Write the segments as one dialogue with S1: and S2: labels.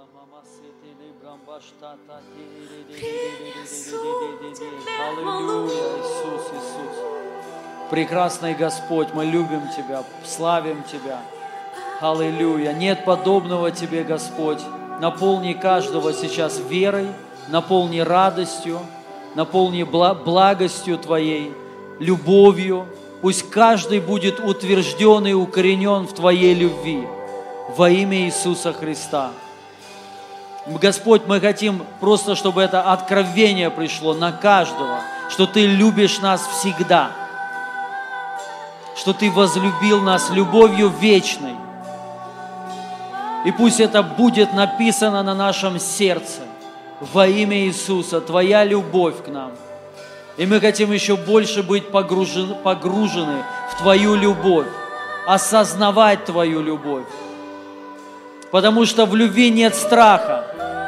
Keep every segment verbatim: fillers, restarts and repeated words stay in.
S1: Аллилуйя, Иисус, Иисус. Прекрасный Господь, мы любим Тебя, славим Тебя. Аллилуйя. Нет подобного Тебе, Господь. Наполни каждого сейчас верой, наполни радостью, наполни благостью Твоей, любовью. Пусть каждый будет утвержден и укоренен в Твоей любви. Во имя Иисуса Христа. Господь, мы хотим просто, чтобы это откровение пришло на каждого, что Ты любишь нас всегда, что Ты возлюбил нас любовью вечной. И пусть это будет написано на нашем сердце во имя Иисуса, Твоя любовь к нам. И мы хотим еще больше быть погружены, погружены в Твою любовь, осознавать Твою любовь. Потому что в любви нет страха.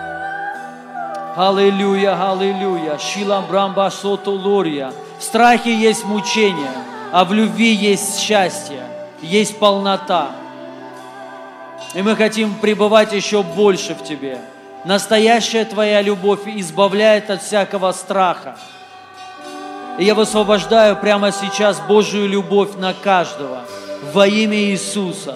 S1: Аллилуйя, аллилуйя. Шила брамба сотулория. В страхе есть мучение, а в любви есть счастье, есть полнота. И мы хотим пребывать еще больше в Тебе. Настоящая Твоя любовь избавляет от всякого страха. И я высвобождаю прямо сейчас Божию любовь на каждого во имя Иисуса.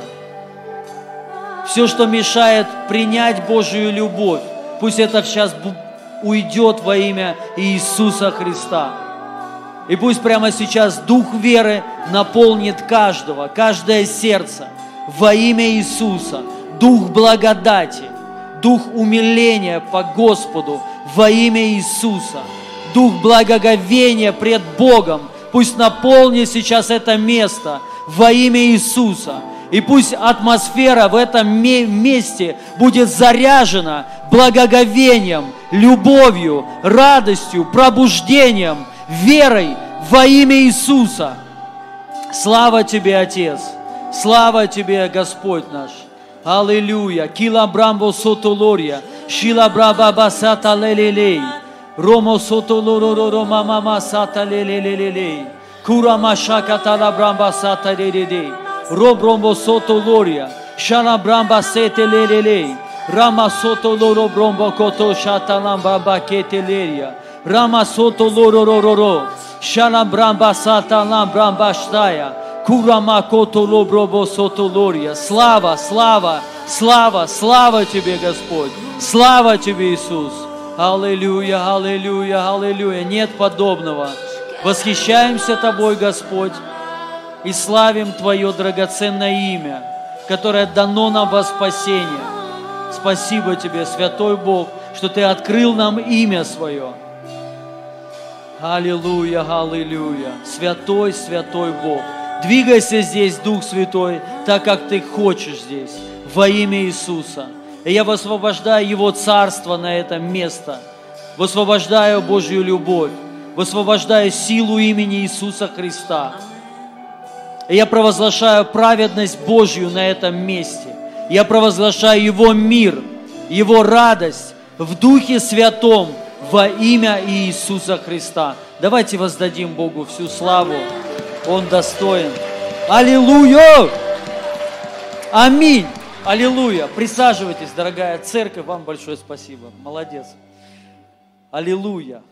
S1: Все, что мешает принять Божию любовь, пусть это сейчас уйдет во имя Иисуса Христа. И пусть прямо сейчас Дух веры наполнит каждого, каждое сердце во имя Иисуса. Дух благодати, Дух умиления по Господу во имя Иисуса. Дух благоговения пред Богом пусть наполнит сейчас это место во имя Иисуса. И пусть атмосфера в этом месте будет заряжена благоговением, любовью, радостью, пробуждением, верой во имя Иисуса. Слава Тебе, Отец! Слава Тебе, Господь наш! Аллилуйя! Кила брамбо сотолория, шила браба басата лелелей, ромо сотолороро мама сата лелелелей, кура машака тала брамба сата лелелей. Robромbo soto loria, shana bramba sete lelelei, rama soto loro brombo koto shatalamba baketeleria, rama soto loro rororo, shana bramba satalam bramba shtaya, kurama koto lobrobo soto loria. Слава, слава, слава, слава Тебе, Господь, слава Тебе, Иисус. Аллилуйя, аллилуйя, аллилуйя. Нет подобного. Восхищаемся Тобой, Господь. И славим Твое драгоценное имя, которое дано нам во спасение. Спасибо Тебе, Святой Бог, что Ты открыл нам имя Свое. Аллилуйя, аллилуйя. Святой, Святой Бог. Двигайся здесь, Дух Святой, так, как Ты хочешь здесь, во имя Иисуса. И я высвобождаю Его Царство на это место. Высвобождаю Божью любовь. Высвобождаю силу имени Иисуса Христа. И я провозглашаю праведность Божью на этом месте. Я провозглашаю Его мир, Его радость в Духе Святом во имя Иисуса Христа. Давайте воздадим Богу всю славу. Он достоин. Аллилуйя! Аминь! Аллилуйя! Присаживайтесь, дорогая церковь. Вам большое спасибо. Молодец. Аллилуйя!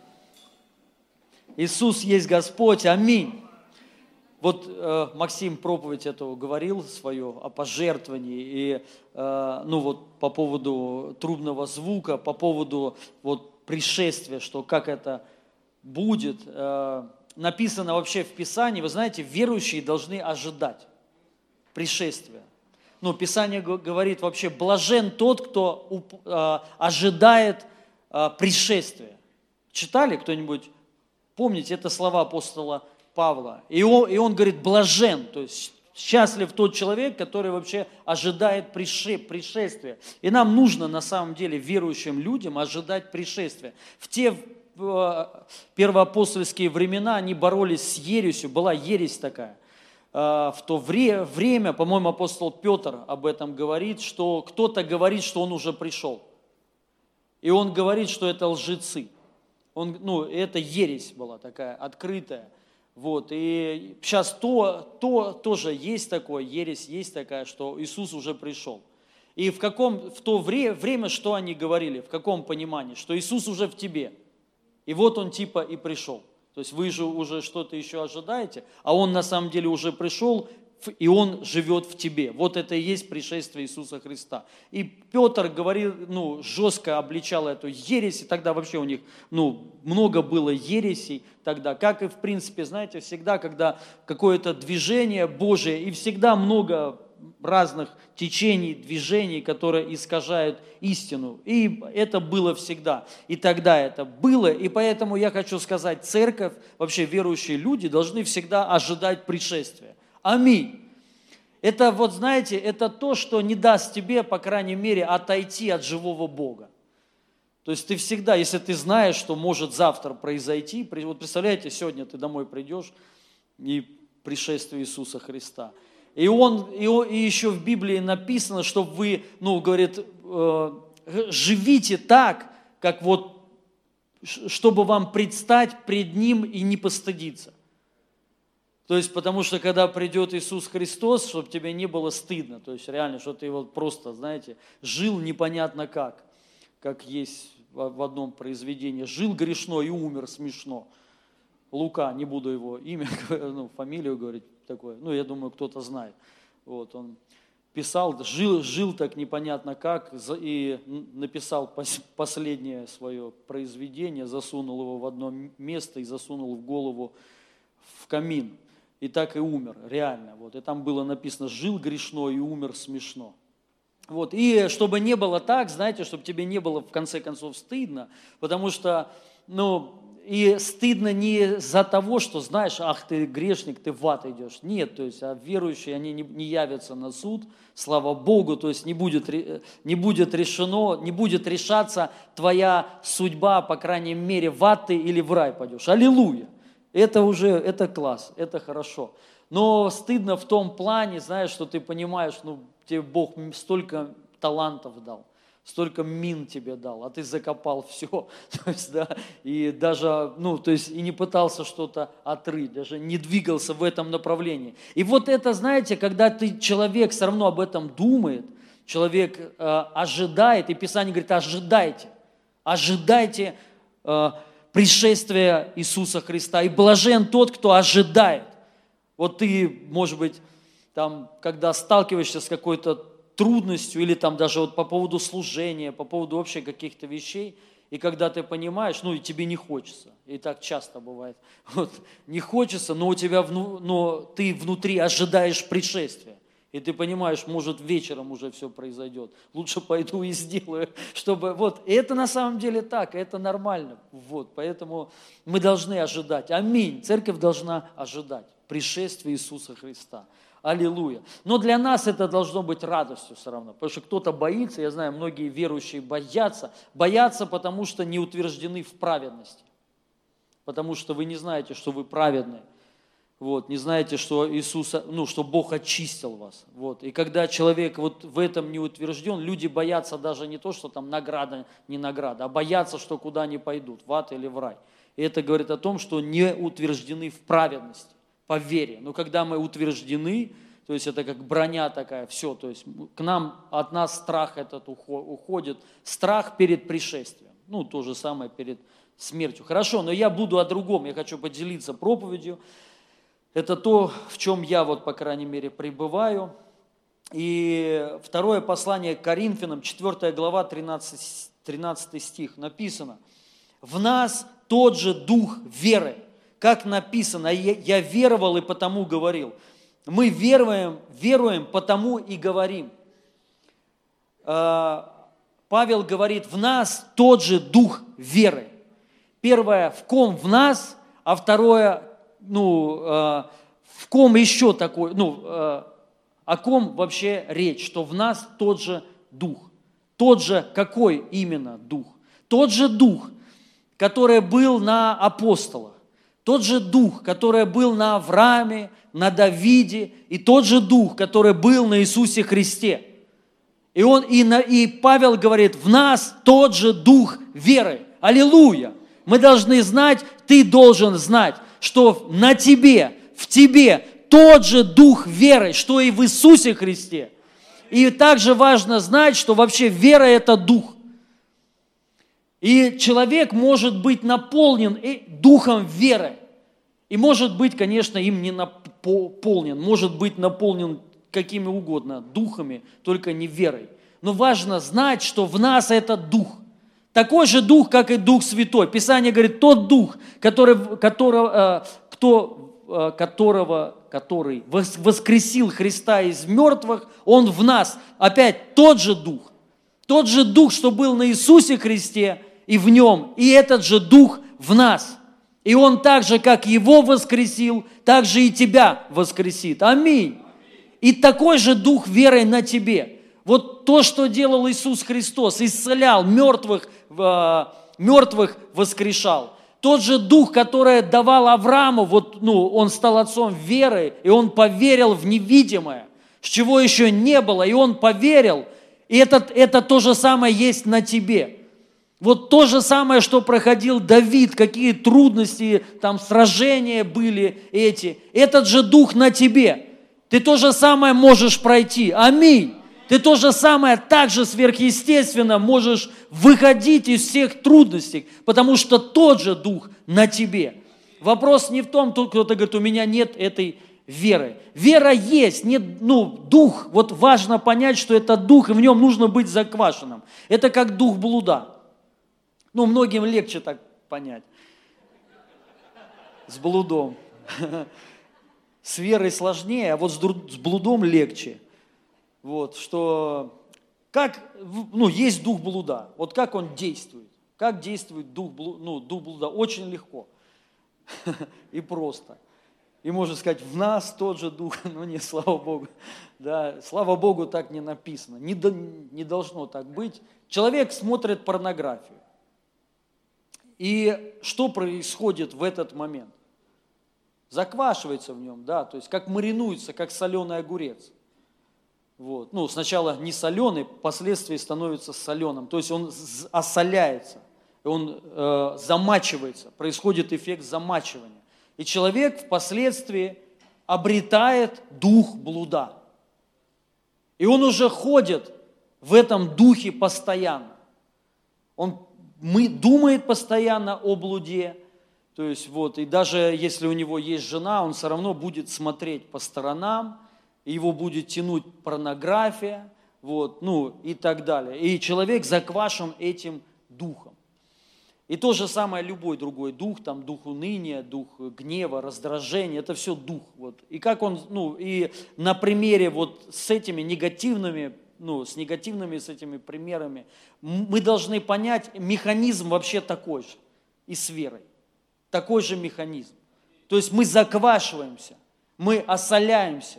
S1: Иисус есть Господь. Аминь! Вот э, Максим проповедь эту говорил свою о пожертвовании и э, ну вот по поводу трубного звука, по поводу вот пришествия, что как это будет. Э, написано вообще в Писании, вы знаете, верующие должны ожидать пришествия. Ну, Писание говорит вообще, блажен тот, кто э, ожидает э, пришествия. Читали кто-нибудь? Помните, это слова апостола Павла. И он, и он говорит, блажен, то есть счастлив тот человек, который вообще ожидает пришествия. И нам нужно на самом деле, верующим людям, ожидать пришествия. В те первоапостольские времена они боролись с ересью, была ересь такая. В то время, по-моему, апостол Петр об этом говорит, что кто-то говорит, что он уже пришел. И он говорит, что это лжецы. Он, ну, это ересь была такая, открытая. Вот, и сейчас то, то, тоже есть такое, ересь есть такая, что Иисус уже пришел. И в каком, в то вре, время, что они говорили, в каком понимании? Что Иисус уже в тебе. И вот Он типа и пришел. То есть вы же уже что-то еще ожидаете, а Он на самом деле уже пришел, и Он живет в тебе. Вот это и есть пришествие Иисуса Христа. И Петр говорил, ну, жестко обличал эту ересь, и тогда вообще у них, ну, много было ересей тогда, как и в принципе, знаете, всегда, когда какое-то движение Божие, и всегда много разных течений, движений, которые искажают истину. И это было всегда. И тогда это было. И поэтому я хочу сказать, церковь, вообще верующие люди должны всегда ожидать пришествия. Аминь. Это вот, знаете, это то, что не даст тебе, по крайней мере, отойти от живого Бога. То есть ты всегда, если ты знаешь, что может завтра произойти, вот представляете, сегодня ты домой придешь и пришествие Иисуса Христа. И, он, и, он, и еще в Библии написано, что вы, ну, говорит, э, живите так, как вот, чтобы вам предстать пред Ним и не постыдиться. То есть, потому что, когда придет Иисус Христос, чтобы тебе не было стыдно, то есть, реально, что ты вот просто, знаете, жил непонятно как, как есть в одном произведении, жил грешно и умер смешно. Лука, не буду его имя, ну, фамилию говорить такое, ну, я думаю, кто-то знает. Вот, он писал, жил, жил так непонятно как, и написал последнее свое произведение, засунул его в одно место и засунул в голову в камин. И так и умер, реально. Вот. И там было написано, жил грешно и умер смешно. Вот. И чтобы не было так, знаете, чтобы тебе не было в конце концов стыдно, потому что, ну, и стыдно не за того, что, знаешь, ах, ты грешник, ты в ад идешь. Нет, то есть, а верующие, они не, не явятся на суд, слава Богу, то есть не будет, не будет решено, не будет решаться твоя судьба, по крайней мере, в ад ты или в рай пойдешь. Аллилуйя! Это уже, это класс, это хорошо. Но стыдно в том плане, знаешь, что ты понимаешь, ну, тебе Бог столько талантов дал, столько мин тебе дал, а ты закопал все, то есть, да, и даже, ну, то есть, и не пытался что-то отрыть, даже не двигался в этом направлении. И вот это, знаете, когда ты, человек все равно об этом думает, человек э, ожидает, и Писание говорит, ожидайте, ожидайте э, пришествия Иисуса Христа, и блажен тот, кто ожидает. Вот ты, может быть, там, когда сталкиваешься с какой-то трудностью, или там даже вот по поводу служения, по поводу вообще каких-то вещей, и когда ты понимаешь, ну и тебе не хочется, и так часто бывает, вот, не хочется, но у тебя, вну, но ты внутри ожидаешь пришествия, и ты понимаешь, может вечером уже все произойдет, лучше пойду и сделаю, чтобы, вот, и это на самом деле так, это нормально, вот, поэтому мы должны ожидать, аминь, церковь должна ожидать пришествия Иисуса Христа. Аллилуйя. Но для нас это должно быть радостью все равно, потому что кто-то боится, я знаю, многие верующие боятся, боятся, потому что не утверждены в праведности, потому что вы не знаете, что вы праведные, вот, не знаете, что Иисус, ну, что Бог очистил вас, вот, и когда человек вот в этом не утвержден, люди боятся даже не то, что там награда, не награда, а боятся, что куда они пойдут, в ад или в рай, и это говорит о том, что не утверждены в праведности. По вере. Но когда мы утверждены, то есть это как броня такая, все, то есть к нам, от нас страх этот уходит, страх перед пришествием, ну то же самое перед смертью. Хорошо, но я буду о другом, я хочу поделиться проповедью. Это то, в чем я вот, по крайней мере, пребываю. И второе послание к Коринфянам, четвёртая глава, тринадцатый стих, написано: «В нас тот же дух веры». Как написано, я веровал и потому говорил. Мы веруем, веруем, потому и говорим. Павел говорит, в нас тот же дух веры. Первое, в ком в нас, а второе, ну, в ком еще такой, ну, о ком вообще речь, что в нас тот же дух. Тот же, какой именно дух? Тот же дух, который был на апостолах. Тот же дух, который был на Аврааме, на Давиде, и тот же дух, который был на Иисусе Христе. И, он, и, на, и Павел говорит, в нас тот же дух веры. Аллилуйя! Мы должны знать, ты должен знать, что на тебе, в тебе тот же дух веры, что и в Иисусе Христе. И также важно знать, что вообще вера – это дух. И человек может быть наполнен духом веры. И может быть, конечно, им не наполнен, может быть наполнен какими угодно духами, только не верой. Но важно знать, что в нас этот дух. Такой же дух, как и Дух Святой. Писание говорит, тот дух, который, которого, кто, которого, который воскресил Христа из мертвых, он в нас. Опять тот же дух. Тот же дух, что был на Иисусе Христе и в нем. И этот же дух в нас. И он так же, как его воскресил, так же и тебя воскресит. Аминь. И такой же дух веры на тебе. Вот то, что делал Иисус Христос, исцелял мертвых, мертвых воскрешал. Тот же дух, который давал Аврааму, вот, ну, он стал отцом веры, и он поверил в невидимое, с чего еще не было, и он поверил. И это, это то же самое есть на тебе. Вот то же самое, что проходил Давид, какие трудности, там сражения были эти. Этот же дух на тебе. Ты то же самое можешь пройти. Аминь. Ты то же самое также сверхъестественно можешь выходить из всех трудностей, потому что тот же дух на тебе. Вопрос не в том, кто-то говорит, у меня нет этой веры. Вера есть, нет, ну, дух, вот важно понять, что это дух, и в нем нужно быть заквашенным. Это как дух блуда. Ну, многим легче так понять. С блудом. С верой сложнее, а вот с блудом легче. Вот, что как, ну, есть дух блуда, вот как он действует, как действует дух, ну, дух блуда, очень легко и просто. И можно сказать, в нас тот же дух, но не, слава Богу, да, слава Богу, так не написано, не, до, не должно так быть. Человек смотрит порнографию, и что происходит в этот момент? Заквашивается в нем, да, то есть как маринуется, как соленый огурец. Вот. Ну, сначала не соленый, впоследствии становится соленым. То есть он осоляется, он э, замачивается, происходит эффект замачивания. И человек впоследствии обретает дух блуда. И он уже ходит в этом духе постоянно. Он мы, думает постоянно о блуде. То есть, вот, и даже если у него есть жена, он все равно будет смотреть по сторонам, его будет тянуть порнография, вот, ну и так далее. И человек заквашен этим духом. И то же самое любой другой дух, там дух уныния, дух гнева, раздражения, это все дух. Вот. И как он, ну и на примере вот с этими негативными, ну с негативными с этими примерами, мы должны понять, механизм вообще такой же и с верой. Такой же механизм. То есть мы заквашиваемся, мы осоляемся.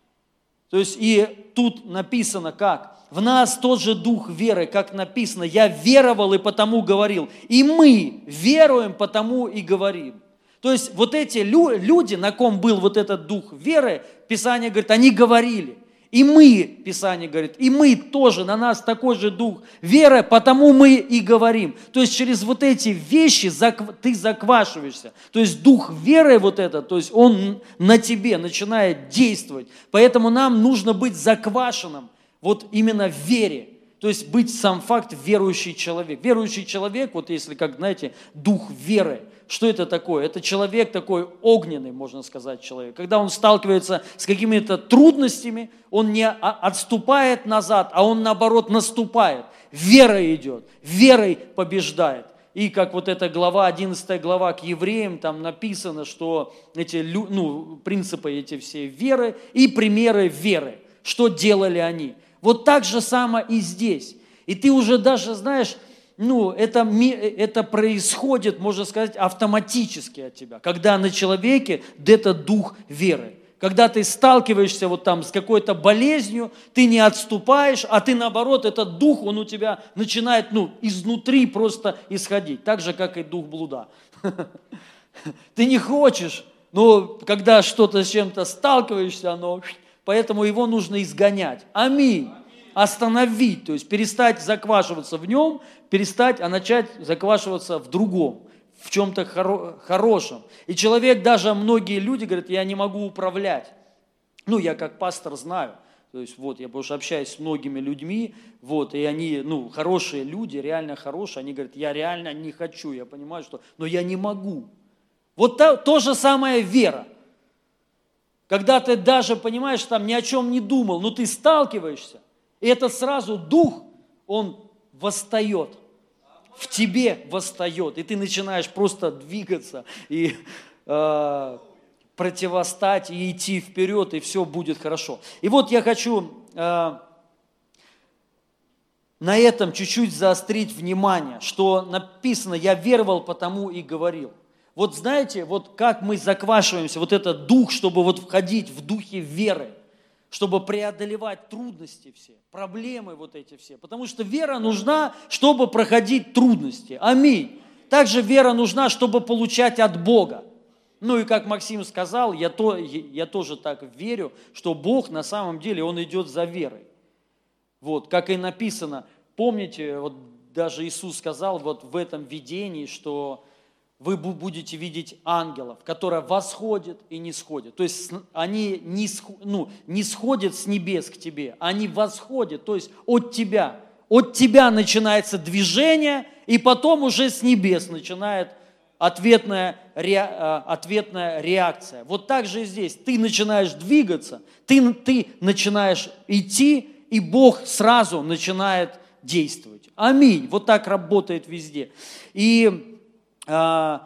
S1: То есть и тут написано как? В нас тот же дух веры, как написано, я веровал и потому говорил. И мы веруем, потому и говорим. То есть вот эти люди, на ком был вот этот дух веры, Писание говорит, они говорили. И мы, Писание говорит, и мы тоже, на нас такой же дух веры, потому мы и говорим. То есть через вот эти вещи ты заквашиваешься. То есть дух веры вот этот, то есть он на тебе начинает действовать. Поэтому нам нужно быть заквашенным вот именно в вере. То есть быть сам факт верующий человек. Верующий человек, вот если, как знаете, дух веры. Что это такое? Это человек такой огненный, можно сказать, человек. Когда он сталкивается с какими-то трудностями, он не отступает назад, а он наоборот наступает. Верой идет, верой побеждает. И как вот эта глава, одиннадцатая глава к евреям, там написано, что эти ну, принципы эти все веры и примеры веры. Что делали они? Вот так же самое и здесь. И ты уже даже знаешь, ну, это, это происходит, можно сказать, автоматически от тебя, когда на человеке этот дух веры. Когда ты сталкиваешься вот там с какой-то болезнью, ты не отступаешь, а ты наоборот, этот дух, он у тебя начинает, ну, изнутри просто исходить, так же, как и дух блуда. Ты не хочешь, но когда что-то с чем-то сталкиваешься, оно, поэтому его нужно изгонять. Аминь. Остановить, то есть перестать заквашиваться в нем, перестать, а начать заквашиваться в другом, в чем-то хоро- хорошем. И человек, даже многие люди говорят, я не могу управлять. Ну, я как пастор знаю. То есть вот, я потому что общаюсь с многими людьми, вот, и они, ну, хорошие люди, реально хорошие, они говорят, я реально не хочу, я понимаю, что, но я не могу. Вот то, то же самое вера. Когда ты даже, понимаешь, там ни о чем не думал, но ты сталкиваешься, и это сразу дух, он восстает, в тебе восстает, и ты начинаешь просто двигаться и э, противостать, и идти вперед, и все будет хорошо. И вот я хочу э, на этом чуть-чуть заострить внимание, что написано, я веровал, потому и говорил. Вот знаете, вот как мы заквашиваемся, вот этот дух, чтобы вот входить в духе веры, чтобы преодолевать трудности все, проблемы вот эти все. Потому что вера нужна, чтобы проходить трудности. Аминь. Также вера нужна, чтобы получать от Бога. Ну и как Максим сказал, я, то, я тоже так верю, что Бог на самом деле, Он идет за верой. Вот, как и написано, помните, вот даже Иисус сказал вот в этом видении, что вы будете видеть ангелов, которые восходят и не сходят. То есть они не, ну, не сходят с небес к тебе, они восходят, то есть от тебя. От тебя начинается движение, и потом уже с небес начинает ответная, ре, ответная реакция. Вот так же и здесь. Ты начинаешь двигаться, ты, ты начинаешь идти, и Бог сразу начинает действовать. Аминь. Вот так работает везде. И я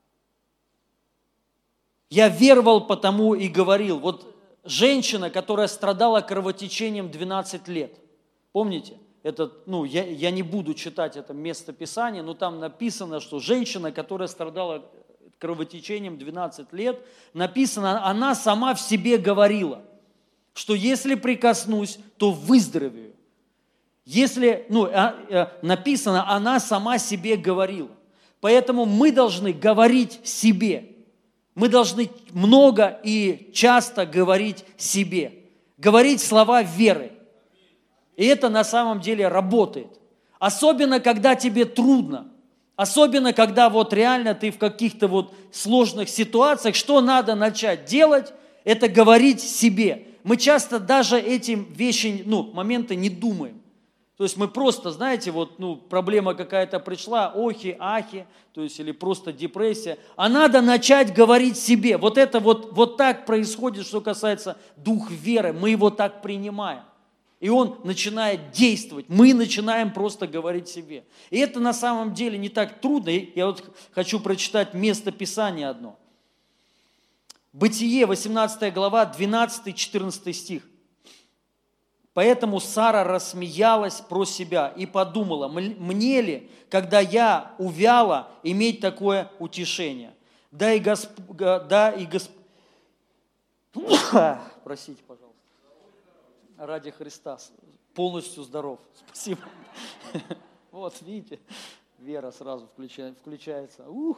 S1: веровал, потому и говорил. Вот женщина, которая страдала кровотечением двенадцать лет. Помните? Это, ну, я, я не буду читать это местописание, но там написано, что женщина, которая страдала кровотечением двенадцать лет, написано, она сама в себе говорила, что если прикоснусь, то выздоровею. Если, ну, написано, она сама себе говорила. Поэтому мы должны говорить себе. Мы должны много и часто говорить себе. Говорить слова веры. И это на самом деле работает. Особенно, когда тебе трудно. Особенно, когда вот реально ты в каких-то вот сложных ситуациях. Что надо начать делать? Это говорить себе. Мы часто даже эти вещи, ну, моменты не думаем. То есть мы просто, знаете, вот, ну, проблема какая-то пришла, охи, ахи, то есть или просто депрессия, а надо начать говорить себе. Вот это вот, вот так происходит, что касается духа веры, мы его так принимаем. И он начинает действовать, мы начинаем просто говорить себе. И это на самом деле не так трудно. Я вот хочу прочитать место Писания одно. Бытие, восемнадцатая глава, двенадцатый-четырнадцатый стих. Поэтому Сара рассмеялась про себя и подумала, мне ли, когда я увяла, иметь такое утешение? Да и Госп... Да и Госп... Простите, пожалуйста. Ради Христа. Полностью здоров. Спасибо. Вот, видите, вера сразу включается. Ух.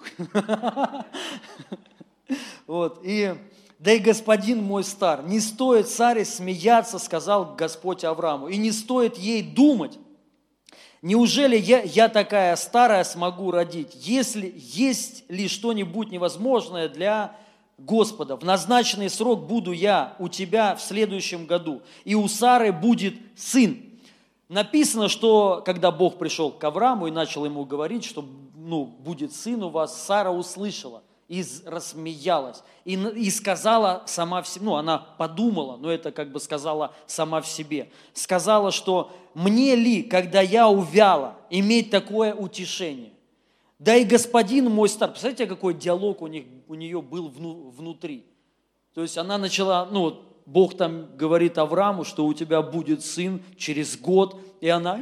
S1: Вот, и... Да и господин мой стар, не стоит Саре смеяться, сказал Господь Аврааму, и не стоит ей думать, неужели я, я такая старая смогу родить, если есть ли что-нибудь невозможное для Господа. В назначенный срок буду я у тебя в следующем году, и у Сары будет сын. Написано, что когда Бог пришел к Аврааму и начал ему говорить, что ну, будет сын у вас, Сара услышала. И рассмеялась, и, и сказала сама в себе, ну, она подумала, но это как бы сказала сама в себе, сказала, что мне ли, когда я увяла, иметь такое утешение? Да и господин мой стар, представляете, какой диалог у, них, у нее был вну, внутри? То есть она начала, ну, Бог там говорит Аврааму, что у тебя будет сын через год, и она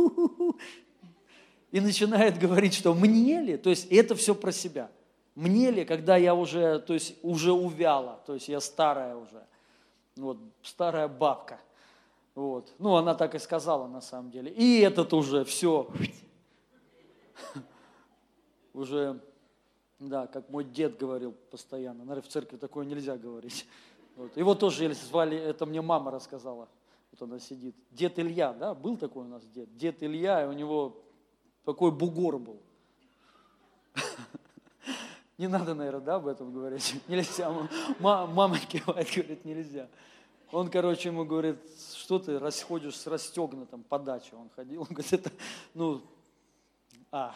S1: и начинает говорить, что мне ли, то есть это все про себя. Мне ли, когда я уже, то есть уже увяла, то есть я старая уже, вот, старая бабка, вот. Ну, она так и сказала на самом деле. И этот уже все, уже, да, как мой дед говорил постоянно, наверное, в церкви такое нельзя говорить. Вот. Его тоже звали, это мне мама рассказала, вот она сидит. Дед Илья, да, был такой у нас дед, дед Илья, и у него такой бугор был. Не надо, наверное, да, об этом говорить. Нельзя. Мама кивает, говорит, нельзя. Он, короче, ему говорит, что ты расходишь с расстегнутым по даче. Он ходил, он говорит, это, ну, а.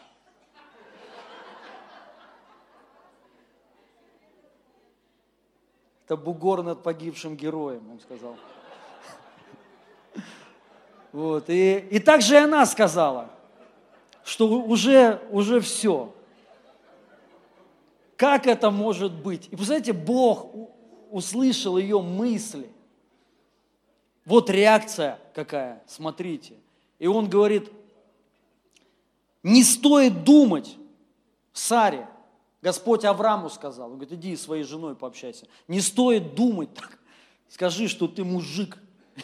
S1: Это бугор над погибшим героем, он сказал. Вот, и, и так же и она сказала, что уже, уже все. Как это может быть? И представляете, Бог услышал ее мысли. Вот реакция какая, смотрите. И он говорит, не стоит думать Саре. Господь Аврааму сказал, он говорит, иди с своей женой пообщайся. Не стоит думать так. Скажи, что ты мужик.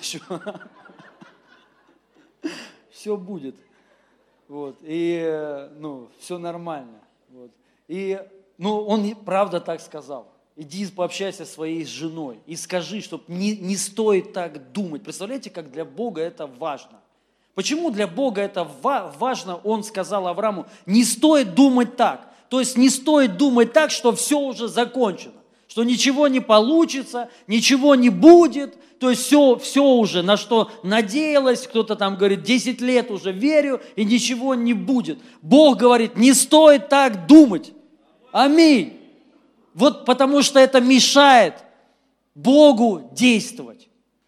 S1: Все будет. Вот. И, ну, все нормально. Вот. И, ну, он правда так сказал. Иди пообщайся со своей женой и скажи, что не, не стоит так думать. Представляете, как для Бога это важно. Почему для Бога это важно? Он сказал Аврааму, не стоит думать так. То есть не стоит думать так, что все уже закончено, что ничего не получится, ничего не будет, то есть все, все уже, на что надеялась, кто-то там говорит, десять лет уже верю, и ничего не будет. Бог говорит, не стоит так думать. Аминь. Вот потому что это мешает Богу действовать.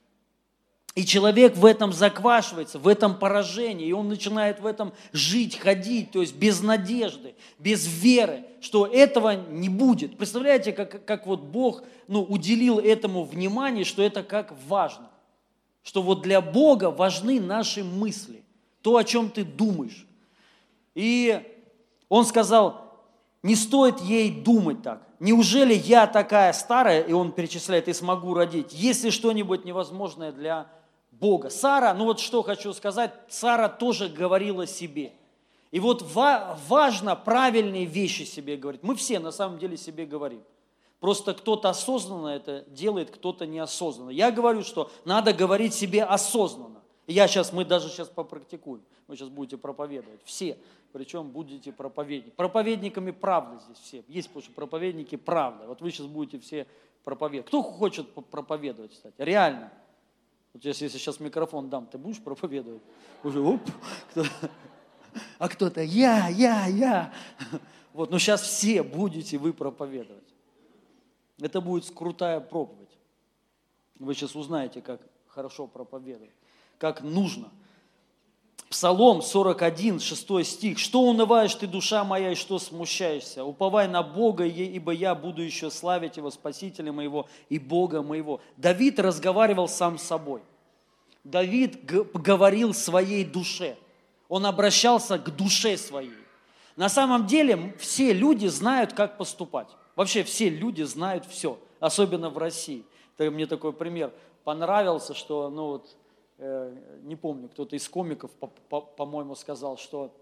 S1: И человек в этом заквашивается, в этом поражении, и он начинает в этом жить, ходить, то есть без надежды, без веры, что этого не будет. Представляете, как, как вот Бог ну, уделил этому внимание, что это как важно. Что вот для Бога важны наши мысли, то, о чем ты думаешь. И он сказал, не стоит ей думать так. Неужели я такая старая, и он перечисляет, и смогу родить, есть ли что-нибудь невозможное для Бога? Сара, ну вот что хочу сказать, Сара тоже говорила себе. И вот ва- важно правильные вещи себе говорить. Мы все на самом деле себе говорим. Просто кто-то осознанно это делает, кто-то неосознанно. Я говорю, что надо говорить себе осознанно. Я сейчас, мы даже сейчас попрактикуем. Вы сейчас будете проповедовать. Все. Причем будете проповедниками. Проповедниками правды здесь все. Есть, потому что проповедники правды. Вот вы сейчас будете все проповедовать. Кто хочет проповедовать, кстати? Реально. Вот если, если сейчас микрофон дам, ты будешь проповедовать? Уже оп. Кто, а кто-то я, я, я. Вот, но сейчас все будете вы проповедовать. Это будет крутая проповедь. Вы сейчас узнаете, как хорошо проповедовать, как нужно. Псалом сорок один, шестой стих. «Что унываешь ты, душа моя, и что смущаешься? Уповай на Бога, ибо я буду еще славить Его, Спасителя моего и Бога моего». Давид разговаривал сам с собой. Давид говорил своей душе. Он обращался к душе своей. На самом деле все люди знают, как поступать. Вообще все люди знают все, особенно в России. Мне такой пример понравился, что, ну вот, не помню, кто-то из комиков, по-моему, сказал, что,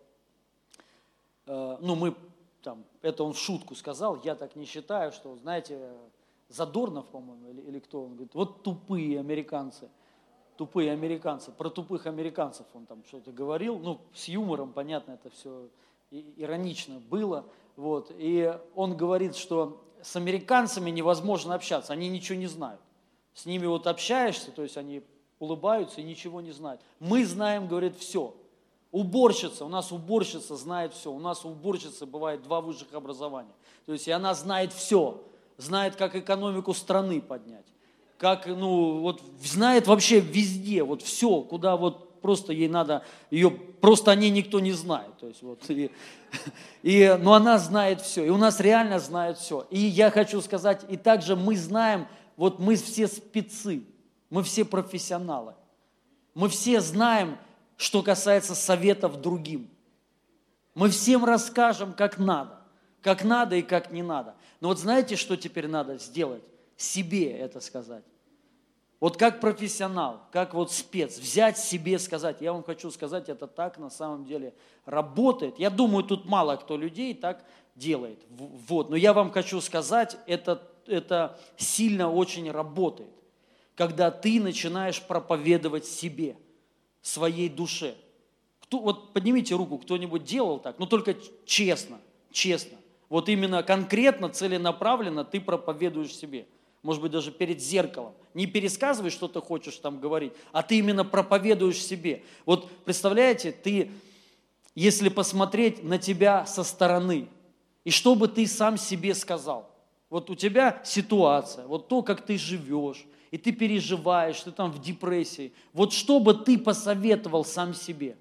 S1: ну, мы, там, это он в шутку сказал, я так не считаю, что, знаете, Задорнов, по-моему, или, или кто, он говорит, вот тупые американцы, тупые американцы, про тупых американцев он там что-то говорил, ну, с юмором, понятно, это все иронично было, вот, и он говорит, что с американцами невозможно общаться, они ничего не знают, с ними вот общаешься, то есть они улыбаются и ничего не знают. Мы знаем, говорит, все. Уборщица, у нас уборщица знает все. У нас у уборщицы бывает два высших образования. То есть и она знает все. Знает, как экономику страны поднять. Как, ну, вот знает вообще везде, вот все, куда вот просто ей надо, ее просто о ней никто не знает. То есть вот, и, и, но она знает все. И у нас реально знают все. И я хочу сказать, и также мы знаем, вот мы все спецы. Мы все профессионалы. Мы все знаем, что касается советов другим. Мы всем расскажем, как надо. Как надо и как не надо. Но вот знаете, что теперь надо сделать? Себе это сказать. Вот как профессионал, как вот спец, взять себе, сказать. Я вам хочу сказать, это так на самом деле работает. Я думаю, тут мало кто людей так делает. Вот. Но я вам хочу сказать, это, это сильно очень работает. Когда ты начинаешь проповедовать себе, своей душе. Кто, вот поднимите руку, кто-нибудь делал так, но только честно, честно. Вот именно конкретно, целенаправленно ты проповедуешь себе. Может быть, даже перед зеркалом. Не пересказывай, что ты хочешь там говорить, а ты именно проповедуешь себе. Вот представляете, ты, если посмотреть на тебя со стороны, и что бы ты сам себе сказал. Вот у тебя ситуация, вот то, как ты живешь, и ты переживаешь, ты там в депрессии. Вот что бы ты посоветовал сам себе?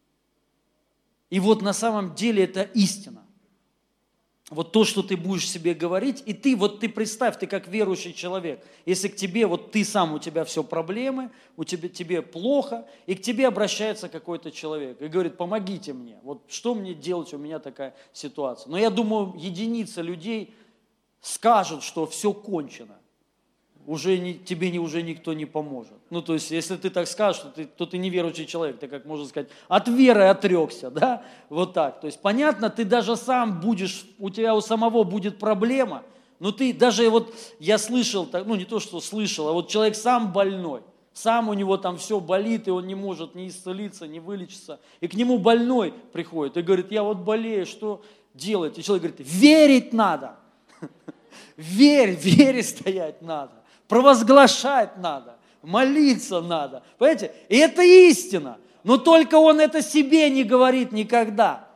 S1: И вот на самом деле это истина. Вот то, что ты будешь себе говорить, и ты, вот ты представь, ты как верующий человек, если к тебе, вот ты сам, у тебя все проблемы, у тебя, тебе плохо, и к тебе обращается какой-то человек и говорит, помогите мне, вот что мне делать, у меня такая ситуация. Но я думаю, единица людей скажут, что все кончено, уже не, тебе не, уже никто не поможет. Ну, то есть, если ты так скажешь, то ты, то ты неверующий человек, ты, как можно сказать, от веры отрекся, да, вот так. То есть, понятно, ты даже сам будешь, у тебя у самого будет проблема, но ты даже вот, я слышал, ну, не то, что слышал, а вот человек сам больной, сам у него там все болит, и он не может ни исцелиться, ни вылечиться, и к нему больной приходит и говорит, я вот болею, что делать? И человек говорит, верить надо, верь, в вере стоять надо. Провозглашать надо, молиться надо. Понимаете? И это истина. Но только он это себе не говорит никогда.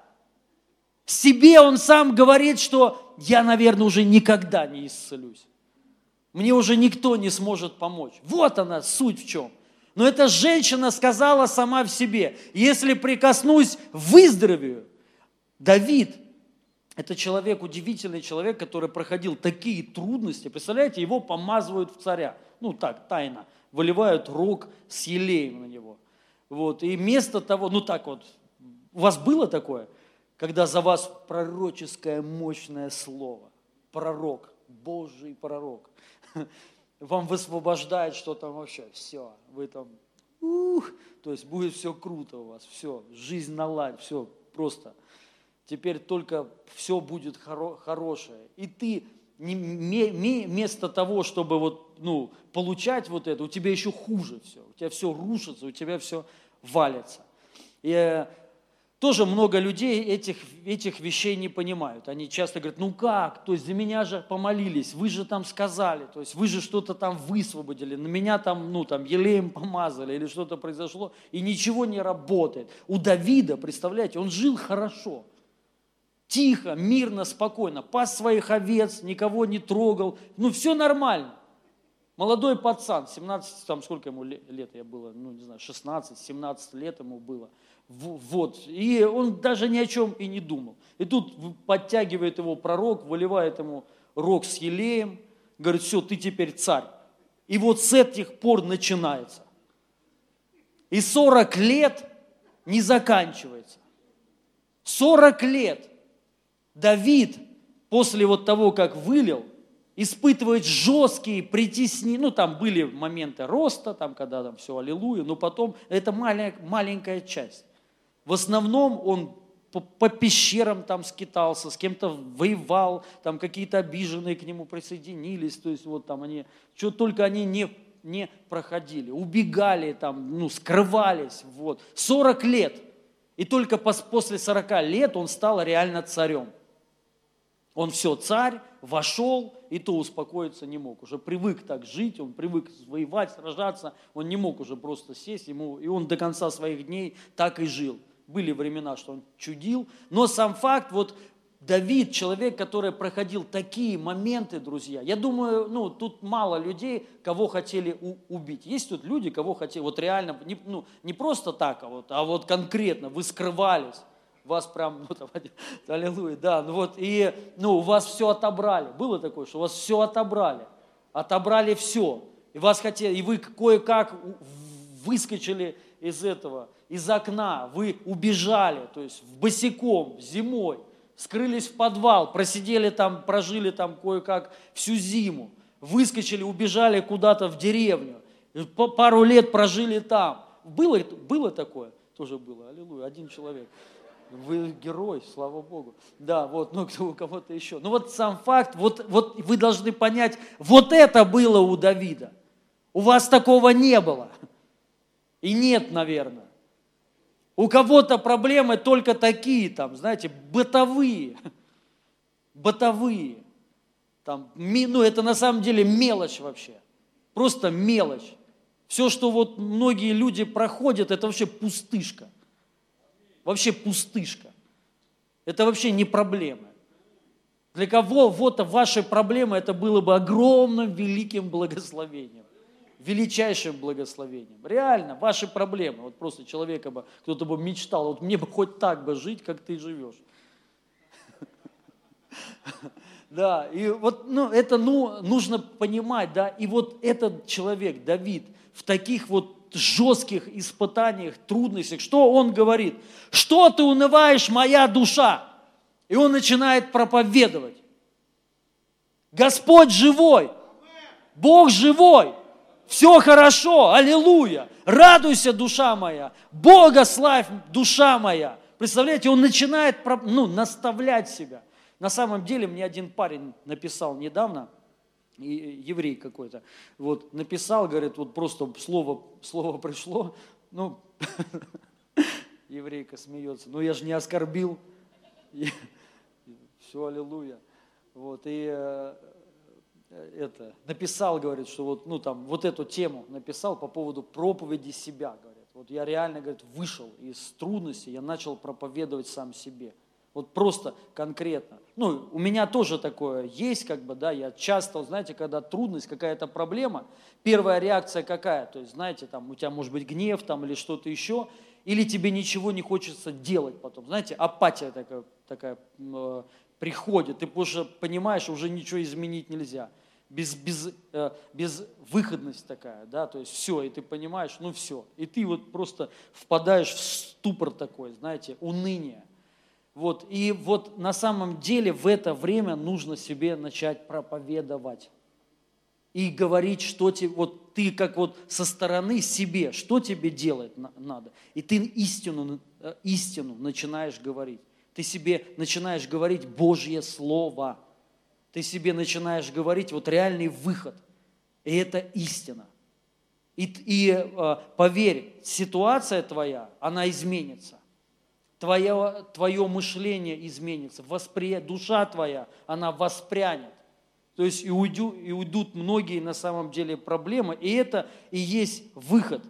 S1: Себе он сам говорит, что я, наверное, уже никогда не исцелюсь. Мне уже никто не сможет помочь. Вот она, суть в чем. Но эта женщина сказала сама в себе, если прикоснусь, выздоровею. Давид, это человек, удивительный человек, который проходил такие трудности. Представляете, его помазывают в царя. Ну так, тайно. Выливают рог с елеем на него. Вот. И вместо того, ну так вот, у вас было такое, когда за вас пророческое мощное слово, пророк, Божий пророк, вам высвобождает что-то вообще, все, вы там, ух, то есть будет все круто у вас, все, жизнь наладь, все просто. Теперь только все будет хоро- хорошее. И ты не, не, не, вместо того, чтобы вот, ну, получать вот это, у тебя еще хуже все. У тебя все рушится, у тебя все валится. И э, тоже много людей этих, этих вещей не понимают. Они часто говорят, ну как, то есть за меня же помолились, вы же там сказали, то есть вы же что-то там высвободили, на меня там, ну, там елеем помазали или что-то произошло, и ничего не работает. У Давида, представляете, он жил хорошо. Тихо, мирно, спокойно, пас своих овец, никого не трогал, ну все нормально. Молодой пацан, семнадцать, там сколько ему лет я было, ну не знаю, шестнадцать-семнадцать лет ему было. Вот, и он даже ни о чем и не думал. И тут подтягивает его пророк, выливает ему рог с елеем, говорит, все, ты теперь царь. И вот с этих пор начинается. И сорок лет не заканчивается. сорок лет. Давид после вот того, как вылил, испытывает жесткие притеснения. Ну, там были моменты роста, там, когда там все аллилуйя, но потом это маленькая, маленькая часть. В основном он по, по пещерам там скитался, с кем-то воевал, там какие-то обиженные к нему присоединились, то есть вот там они, что только они не, не проходили, убегали там, ну, скрывались, вот. сорок лет. И только после сорока лет он стал реально царем. Он все, царь, вошел, и то успокоиться не мог. Уже привык так жить, он привык воевать, сражаться, он не мог уже просто сесть, ему, и он до конца своих дней так и жил. Были времена, что он чудил, но сам факт, вот Давид, человек, который проходил такие моменты, друзья, я думаю, ну, тут мало людей, кого хотели у- убить. Есть тут люди, кого хотели, вот реально, не, ну, не просто так, а вот, а вот конкретно, вы скрывались. Вас прям, ну, там, аллилуйя, да, ну вот, и, ну, у вас все отобрали. Было такое, что у вас все отобрали. Отобрали все. И вас хотели, и вы кое-как выскочили из этого, из окна, вы убежали, то есть босиком, зимой, скрылись в подвал, просидели там, прожили там кое-как всю зиму, выскочили, убежали куда-то в деревню, пару лет прожили там. Было, было такое? Тоже было, аллилуйя, один человек. Вы герой, слава Богу. Да, вот, ну, у кого-то еще. Ну, вот сам факт, вот, вот вы должны понять, вот это было у Давида. У вас такого не было. И нет, наверное. У кого-то проблемы только такие, там, знаете, бытовые. Бытовые. Там, ну, это на самом деле мелочь вообще. Просто мелочь. Все, что вот многие люди проходят, это вообще пустышка. Вообще пустышка. Это вообще не проблема. Для кого-то ваши проблемы это было бы огромным великим благословением. Величайшим благословением. Реально, ваши проблемы. Вот просто человека бы, кто-то бы мечтал, вот мне бы хоть так бы жить, как ты живешь. Да, и вот ну, это ну, нужно понимать, да, и вот этот человек, Давид, в таких вот жестких испытаниях, трудностях, что он говорит? Что ты унываешь, моя душа? И он начинает проповедовать. Господь живой, Бог живой, все хорошо, аллилуйя, радуйся, душа моя, Бога славь, душа моя. Представляете, он начинает ну, наставлять себя. На самом деле мне один парень написал недавно, еврей какой-то, вот, написал, говорит, вот просто слово, слово пришло, ну, еврейка смеется, ну я же не оскорбил, все, аллилуйя, вот, и э, это, написал, говорит, что вот, ну там, вот эту тему написал по поводу проповеди себя, говорит, вот я реально, говорит, вышел из трудностей, я начал проповедовать сам себе. Вот просто конкретно. Ну, у меня тоже такое есть, как бы, да, я часто, знаете, когда трудность, какая-то проблема, первая реакция какая? То есть, знаете, там, у тебя может быть гнев там или что-то еще, или тебе ничего не хочется делать потом. Знаете, апатия такая, такая э, приходит, ты уже понимаешь, уже ничего изменить нельзя. Без, без, э, безвыходность такая, да, то есть все, и ты понимаешь, ну все. И ты вот просто впадаешь в ступор такой, знаете, уныние. Вот, и вот на самом деле в это время нужно себе начать проповедовать и говорить, что тебе, вот ты как вот со стороны себе, что тебе делать надо. И ты истину, истину начинаешь говорить. Ты себе начинаешь говорить Божье Слово. Ты себе начинаешь говорить вот реальный выход. И это истина. И, и поверь, ситуация твоя, она изменится. Твое, твое мышление изменится, восприятие, душа твоя, она воспрянет. То есть и, уйду, и уйдут многие на самом деле проблемы, и это и есть выход.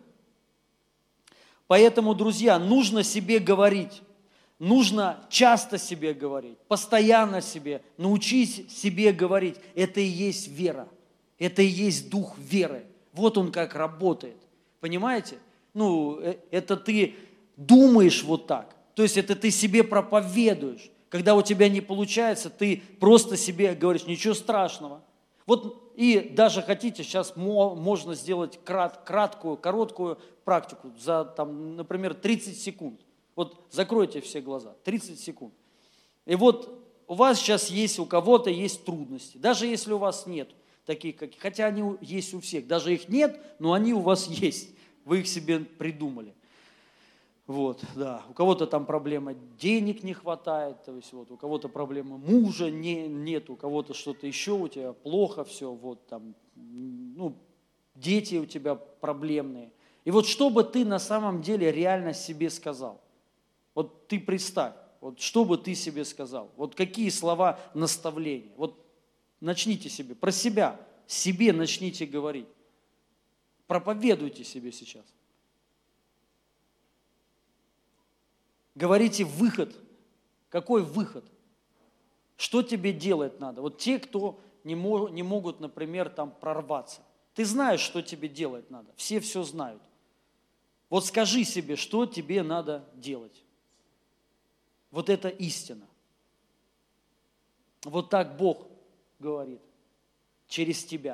S1: Поэтому, друзья, нужно себе говорить, нужно часто себе говорить, постоянно себе, научись себе говорить. Это и есть вера, это и есть дух веры. Вот он как работает, понимаете? Ну, это ты думаешь вот так. То есть это ты себе проповедуешь. Когда у тебя не получается, ты просто себе говоришь, ничего страшного. Вот и даже хотите, сейчас можно сделать крат, краткую, короткую практику за, там, например, тридцать секунд. Вот закройте все глаза, тридцать секунд. И вот у вас сейчас есть, у кого-то есть трудности, даже если у вас нет таких, как, хотя они есть у всех, даже их нет, но они у вас есть, вы их себе придумали. Вот, да, у кого-то там проблема денег не хватает, то есть вот у кого-то проблема мужа не, нет, у кого-то что-то еще, у тебя плохо все, вот там, ну, дети у тебя проблемные. И вот что бы ты на самом деле реально себе сказал? Вот ты представь, вот что бы ты себе сказал? Вот какие слова наставления? Вот начните себе, про себя, себе начните говорить. Проповедуйте себе сейчас. Говорите выход. Какой выход? Что тебе делать надо? Вот те, кто не, мог, не могут, например, там прорваться. Ты знаешь, что тебе делать надо. Все все знают. Вот скажи себе, что тебе надо делать. Вот это истина. Вот так Бог говорит через тебя.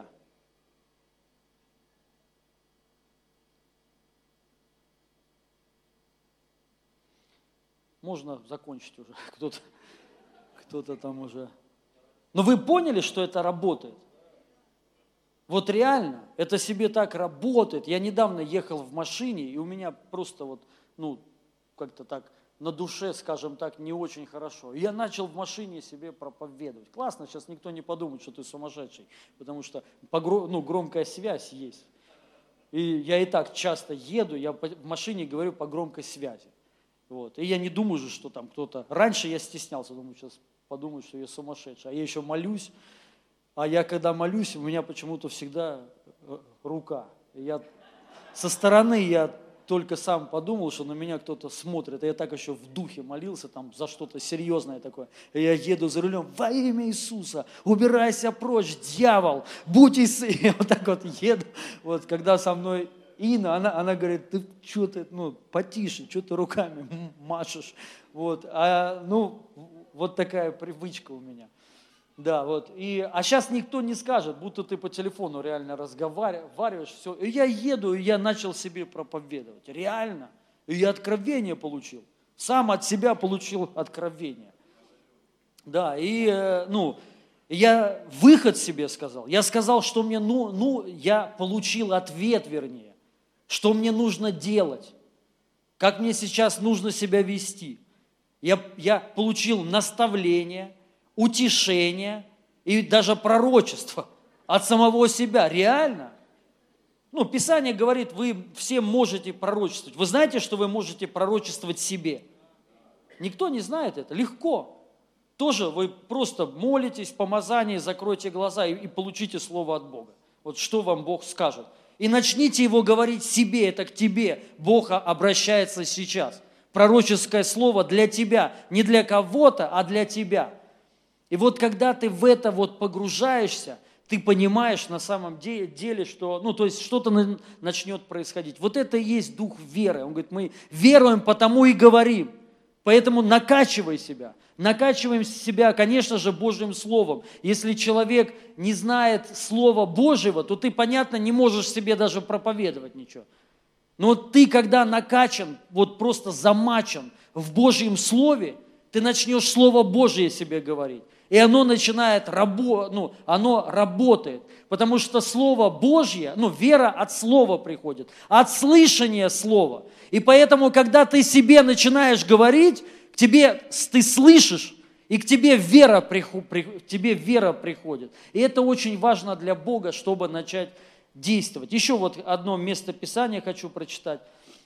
S1: Можно закончить уже, кто-то, кто-то там уже. Но вы поняли, что это работает? Вот реально, это себе так работает. Я недавно ехал в машине, и у меня просто вот, ну, как-то так на душе, скажем так, не очень хорошо. И я начал в машине себе проповедовать. Классно, сейчас никто не подумает, что ты сумасшедший, потому что ну, громкая связь есть. И я и так часто еду, я в машине говорю по громкой связи. Вот. И я не думаю же, что там кто-то... Раньше я стеснялся, думаю, сейчас подумают, что я сумасшедший. А я еще молюсь, А я когда молюсь, у меня почему-то всегда рука. Я со стороны я только сам подумал, что на меня кто-то смотрит. А я так еще в духе молился там за что-то серьезное такое. И я еду за рулем: во имя Иисуса, убирайся прочь, дьявол, будь и сын. И вот так вот еду. Вот когда со мной Инна, она, она говорит: ты что ты, ну, потише, что ты руками машешь. Вот, а, ну, вот такая привычка у меня. Да, вот. И, а сейчас никто не скажет, будто ты по телефону реально разговариваешь, все. И я еду, и я начал себе проповедовать. Реально. И я откровение получил. Сам от себя получил откровение. Да, и, ну, я выход себе сказал. Я сказал, что мне, ну, ну, я получил ответ, вернее, что мне нужно делать, как мне сейчас нужно себя вести. Я, я получил наставление, утешение и даже пророчество от самого себя. Реально. Ну, Писание говорит, вы все можете пророчествовать. Вы знаете, что вы можете пророчествовать себе? Никто не знает это. Легко. Тоже вы просто молитесь в помазании, закройте глаза и, и получите слово от Бога. Вот что вам Бог скажет. И начните его говорить себе, это к тебе. Бог обращается сейчас. Пророческое слово для тебя. Не для кого-то, а для тебя. И вот когда ты в это вот погружаешься, ты понимаешь на самом деле, что, ну, то есть что-то начнет происходить. Вот это и есть дух веры. Он говорит, мы веруем, потому и говорим. Поэтому накачивай себя. Накачиваем себя, конечно же, Божьим Словом. Если человек не знает Слова Божьего, то ты, понятно, не можешь себе даже проповедовать ничего. Но вот ты, когда накачан, вот просто замачан в Божьем Слове, ты начнешь Слово Божье себе говорить. И оно начинает работать, ну, оно работает. Потому что Слово Божье, ну, вера от Слова приходит, от слышания Слова. И поэтому, когда ты себе начинаешь говорить, к тебе, ты слышишь, и к тебе вера, к тебе вера приходит. И это очень важно для Бога, чтобы начать действовать. Еще вот одно место Писания хочу прочитать.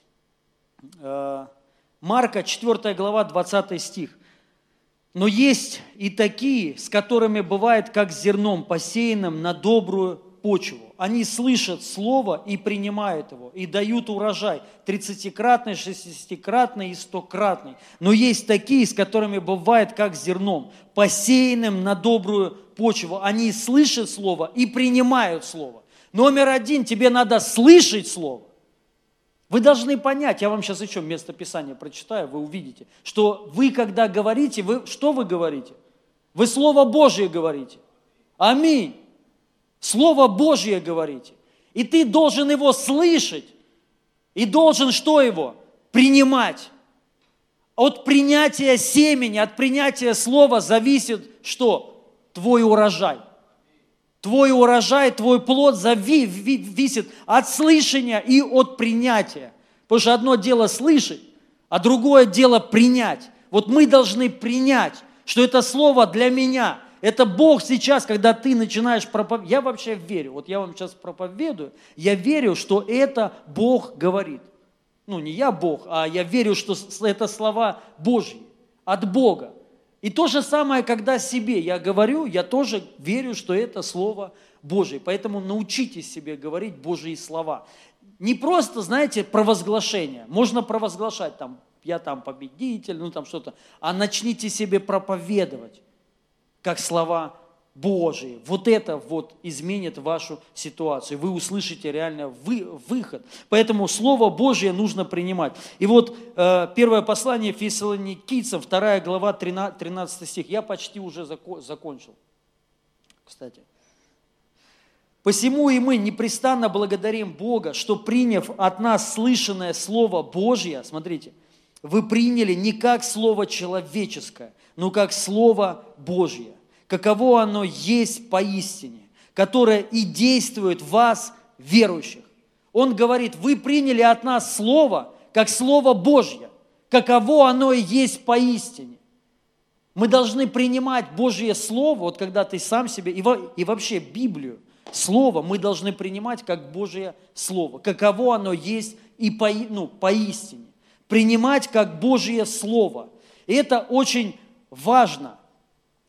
S1: Марка, четвёртая глава, двадцатый стих. «Но есть и такие, с которыми бывает, как с зерном, посеянным на добрую почву. Они слышат слово и принимают его, и дают урожай тридцатикратный, шестидесятикратный и стократный. Но есть такие, с которыми бывает, как с зерном, посеянным на добрую почву. Они слышат слово и принимают слово». Номер один, тебе надо слышать слово. Вы должны понять, я вам сейчас еще место Писания прочитаю, вы увидите, что вы, когда говорите, вы, что вы говорите? Вы Слово Божье говорите. Аминь. Слово Божье говорите. И ты должен его слышать. И должен что его? Принимать. От принятия семени, от принятия слова зависит что? Твой урожай. Твой урожай, твой плод зависит от слышания и от принятия. Потому что одно дело слышать, а другое дело принять. Вот мы должны принять, что это слово для меня. Это Бог сейчас, когда ты начинаешь проповедовать. Я вообще верю, вот я вам сейчас проповедую, я верю, что это Бог говорит. Ну, не я Бог, а я верю, что это слова Божьи, от Бога. И то же самое, когда себе я говорю, я тоже верю, что это Слово Божие. Поэтому научитесь себе говорить Божьи слова. Не просто, знаете, провозглашение. Можно провозглашать, там, я там победитель, ну там что-то. А начните себе проповедовать, как слова Божии. Вот это вот изменит вашу ситуацию. Вы услышите реально вы, выход. Поэтому Слово Божие нужно принимать. И вот э, первое послание Фессалоникийцам, вторая глава, тринадцатый стих. Я почти уже зако- закончил, кстати. «Посему и мы непрестанно благодарим Бога, что, приняв от нас слышанное Слово Божье, смотрите, вы приняли не как Слово человеческое, но как Слово Божье, каково оно есть поистине, которое и действует в вас, верующих». Он говорит, вы приняли от нас Слово, как Слово Божье, каково оно и есть поистине. Мы должны принимать Божье Слово, вот когда ты сам себе, и, во, и вообще Библию, Слово мы должны принимать как Божье Слово, каково оно есть и по, ну, поистине. Принимать как Божье Слово. И это очень важно.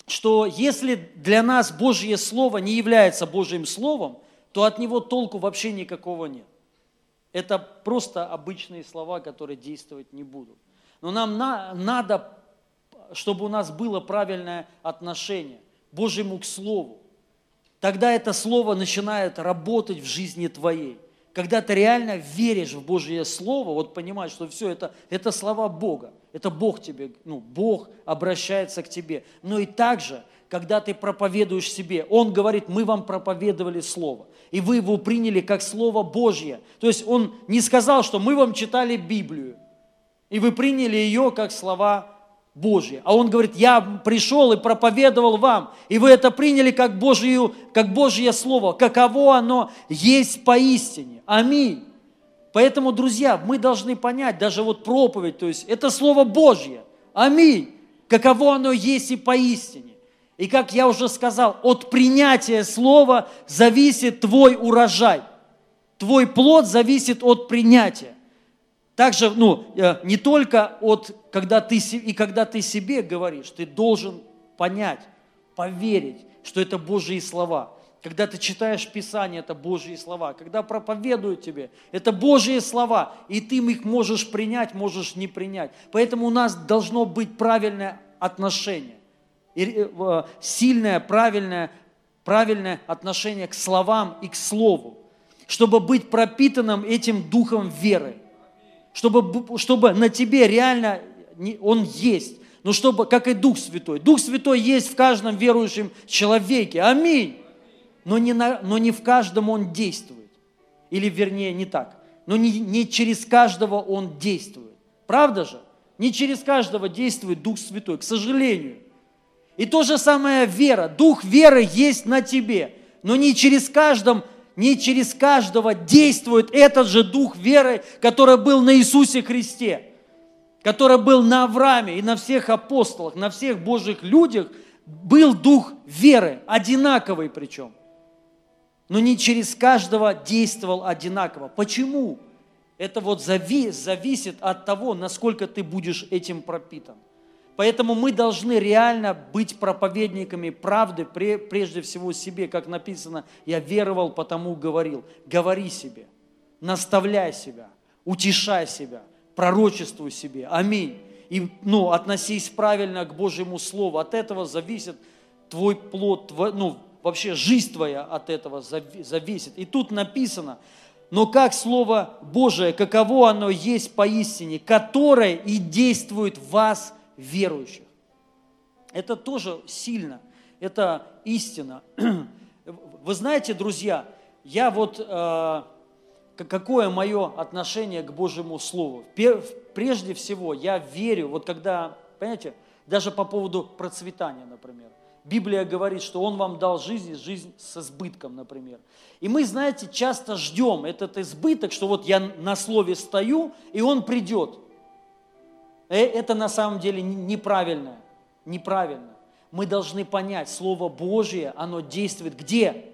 S1: что если для нас Божье Слово не является Божьим Словом, то от него толку вообще никакого нет. Это просто обычные слова, которые действовать не будут. Но нам на, надо, чтобы у нас было правильное отношение к Божьему к Слову. Тогда это Слово начинает работать в жизни твоей. Когда ты реально веришь в Божье Слово, вот понимаешь, что все это, это слова Бога. Это Бог тебе, ну, Бог обращается к тебе. Но и также, когда ты проповедуешь себе, Он говорит, мы вам проповедовали Слово, и вы его приняли как Слово Божье. То есть Он не сказал, что мы вам читали Библию, и вы приняли ее как слова Божьи. А Он говорит, я пришел и проповедовал вам, и вы это приняли как Божье, как Божье Слово, каково оно есть поистине. Аминь. Поэтому, друзья, мы должны понять, даже вот проповедь, то есть это Слово Божье. Аминь. Каково оно есть и поистине. И как я уже сказал, от принятия Слова зависит твой урожай. Твой плод зависит от принятия. Также, ну, не только от, когда ты, и когда ты себе говоришь, ты должен понять, поверить, что это Божьи слова. Когда ты читаешь Писание, это Божьи слова. Когда проповедуют тебе, это Божьи слова. И ты их можешь принять, можешь не принять. Поэтому у нас должно быть правильное отношение. Сильное, правильное, правильное отношение к словам и к Слову. Чтобы быть пропитанным этим духом веры. Чтобы, чтобы на тебе реально он есть. Но чтобы, как и Дух Святой. Дух Святой есть в каждом верующем человеке. Аминь. Но не, на, но не в каждом Он действует. Или, вернее, не так. Но не, не через каждого Он действует. Правда же? Не через каждого действует Дух Святой, к сожалению. И то же самое вера. Дух веры есть на тебе. Но не через каждом, не через каждого действует этот же Дух веры, который был на Иисусе Христе. Который был на Аврааме и на всех апостолах, на всех Божьих людях. Был Дух веры, одинаковый причем. Но не через каждого действовал одинаково. Почему? Это вот зави, зависит от того, насколько ты будешь этим пропитан. Поэтому мы должны реально быть проповедниками правды, прежде всего себе, как написано, я веровал, потому говорил. Говори себе, наставляй себя, утешай себя, пророчествуй себе. Аминь. И ну, относись правильно к Божьему Слову. От этого зависит твой плод, твой, ну, вообще жизнь твоя от этого зависит. И тут написано, но как Слово Божие, каково оно есть поистине, которое и действует в вас, верующих. Это тоже сильно, это истина. Вы знаете, друзья, я вот, э, какое мое отношение к Божьему Слову? Прежде всего, я верю, вот когда, понимаете, даже по поводу процветания, например. Библия говорит, что Он вам дал жизнь, жизнь с избытком, например. И мы, знаете, часто ждем этот избыток, что вот я на слове стою, и он придет. Это на самом деле неправильно. Неправильно. Мы должны понять, Слово Божие, оно действует где?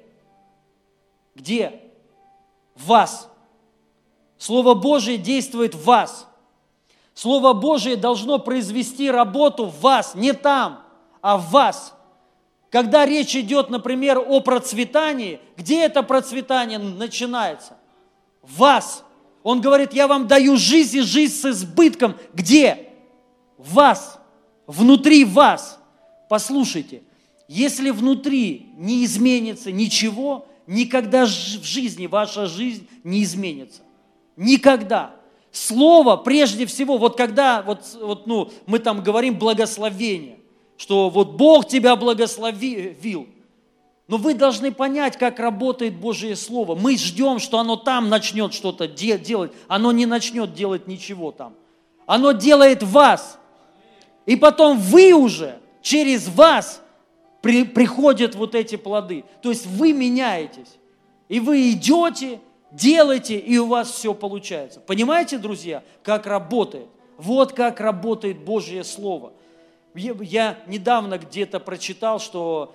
S1: Где? В вас. Слово Божие действует в вас. Слово Божие должно произвести работу в вас, не там, а в вас. Когда речь идет, например, о процветании, где это процветание начинается? В вас. Он говорит, я вам даю жизнь и жизнь с избытком. Где? В вас. Внутри вас. Послушайте, если внутри не изменится ничего, никогда в жизни ваша жизнь не изменится. Никогда. Слово, прежде всего, вот когда вот, вот, ну, мы там говорим благословение, что вот Бог тебя благословил. Но вы должны понять, как работает Божье Слово. Мы ждем, что оно там начнет что-то де- делать. Оно не начнет делать ничего там. Оно делает вас. И потом вы уже, через вас, при- приходят вот эти плоды. То есть вы меняетесь. И вы идете, делаете, и у вас все получается. Понимаете, друзья, как работает? Вот как работает Божье Слово. Я недавно где-то прочитал, что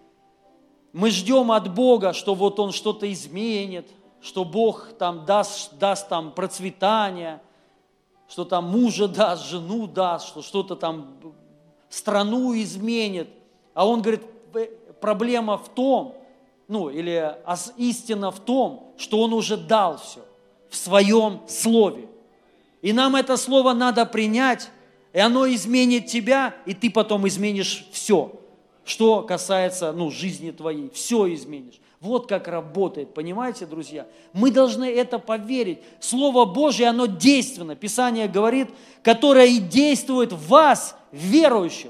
S1: мы ждем от Бога, что вот Он что-то изменит, что Бог там даст, даст там процветание, что там мужа даст, жену даст, что что-то там страну изменит. А он говорит, проблема в том, ну, или истина в том, что он уже дал все в своем слове. И нам это слово надо принять, и оно изменит тебя, и ты потом изменишь все, что касается, ну, жизни твоей, все изменишь. Вот как работает, понимаете, друзья? Мы должны это поверить. Слово Божье, оно действенно. Писание говорит, которое и действует в вас, верующих.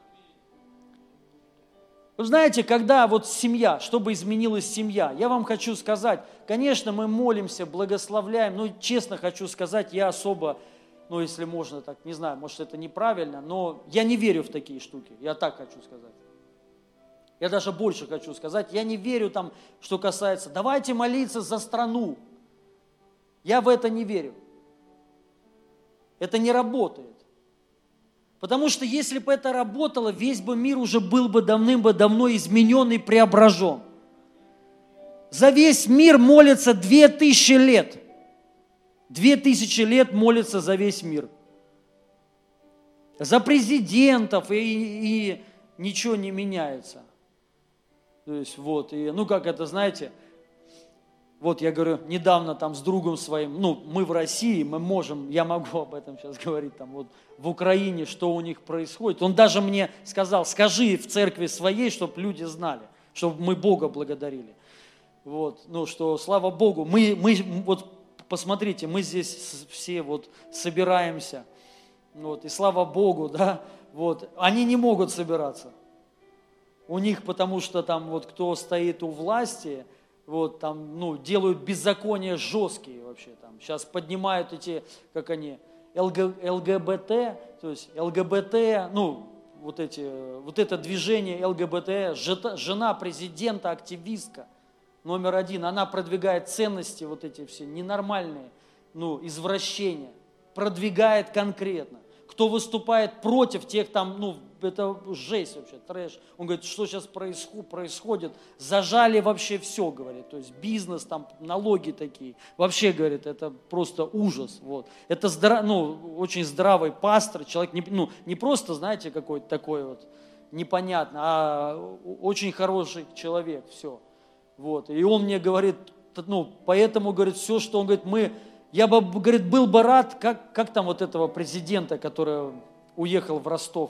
S1: Вы знаете, когда вот семья, чтобы изменилась семья, я вам хочу сказать, конечно, мы молимся, благословляем, но честно хочу сказать, я особо, ну, если можно так, не знаю, может, это неправильно, но я не верю в такие штуки, я так хочу сказать. Я даже больше хочу сказать, я не верю там, что касается, давайте молиться за страну. Я в это не верю. Это не работает. Потому что если бы это работало, весь бы мир уже был бы давным-давно изменен и преображен. За весь мир молятся две тысячи лет. Две тысячи лет молятся за весь мир. За президентов, и, и ничего не меняется. То есть вот, и, ну как это, знаете, вот я говорю, недавно там с другом своим, ну мы в России, мы можем, я могу об этом сейчас говорить, там вот в Украине, что у них происходит. Он даже мне сказал, скажи в церкви своей, чтобы люди знали, чтобы мы Бога благодарили. Вот, ну что, слава Богу, мы, мы вот посмотрите, мы здесь все вот собираемся, вот, и слава Богу, да, вот, они не могут собираться. У них, потому что там вот кто стоит у власти, вот там, ну, делают беззакония жесткие вообще там. Сейчас поднимают эти, как они, ЛГБТ, то есть ЛГБТ, ну, вот эти, вот это движение ЛГБТ, жена президента, активистка номер один, она продвигает ценности вот эти все ненормальные, ну, извращения, продвигает конкретно. Кто выступает против тех там, ну, это жесть вообще, трэш. Он говорит, что сейчас происходит, зажали вообще все, говорит, то есть бизнес, там, налоги такие. Вообще, говорит, это просто ужас, вот. Это здра... ну, очень здравый пастор, человек, не, ну, не просто, знаете, какой-то такой вот непонятно, а очень хороший человек, все. Вот. И он мне говорит, ну, поэтому, говорит, все, что он говорит, мы... Я бы, говорит, был бы рад, как, как там вот этого президента, который уехал в Ростов.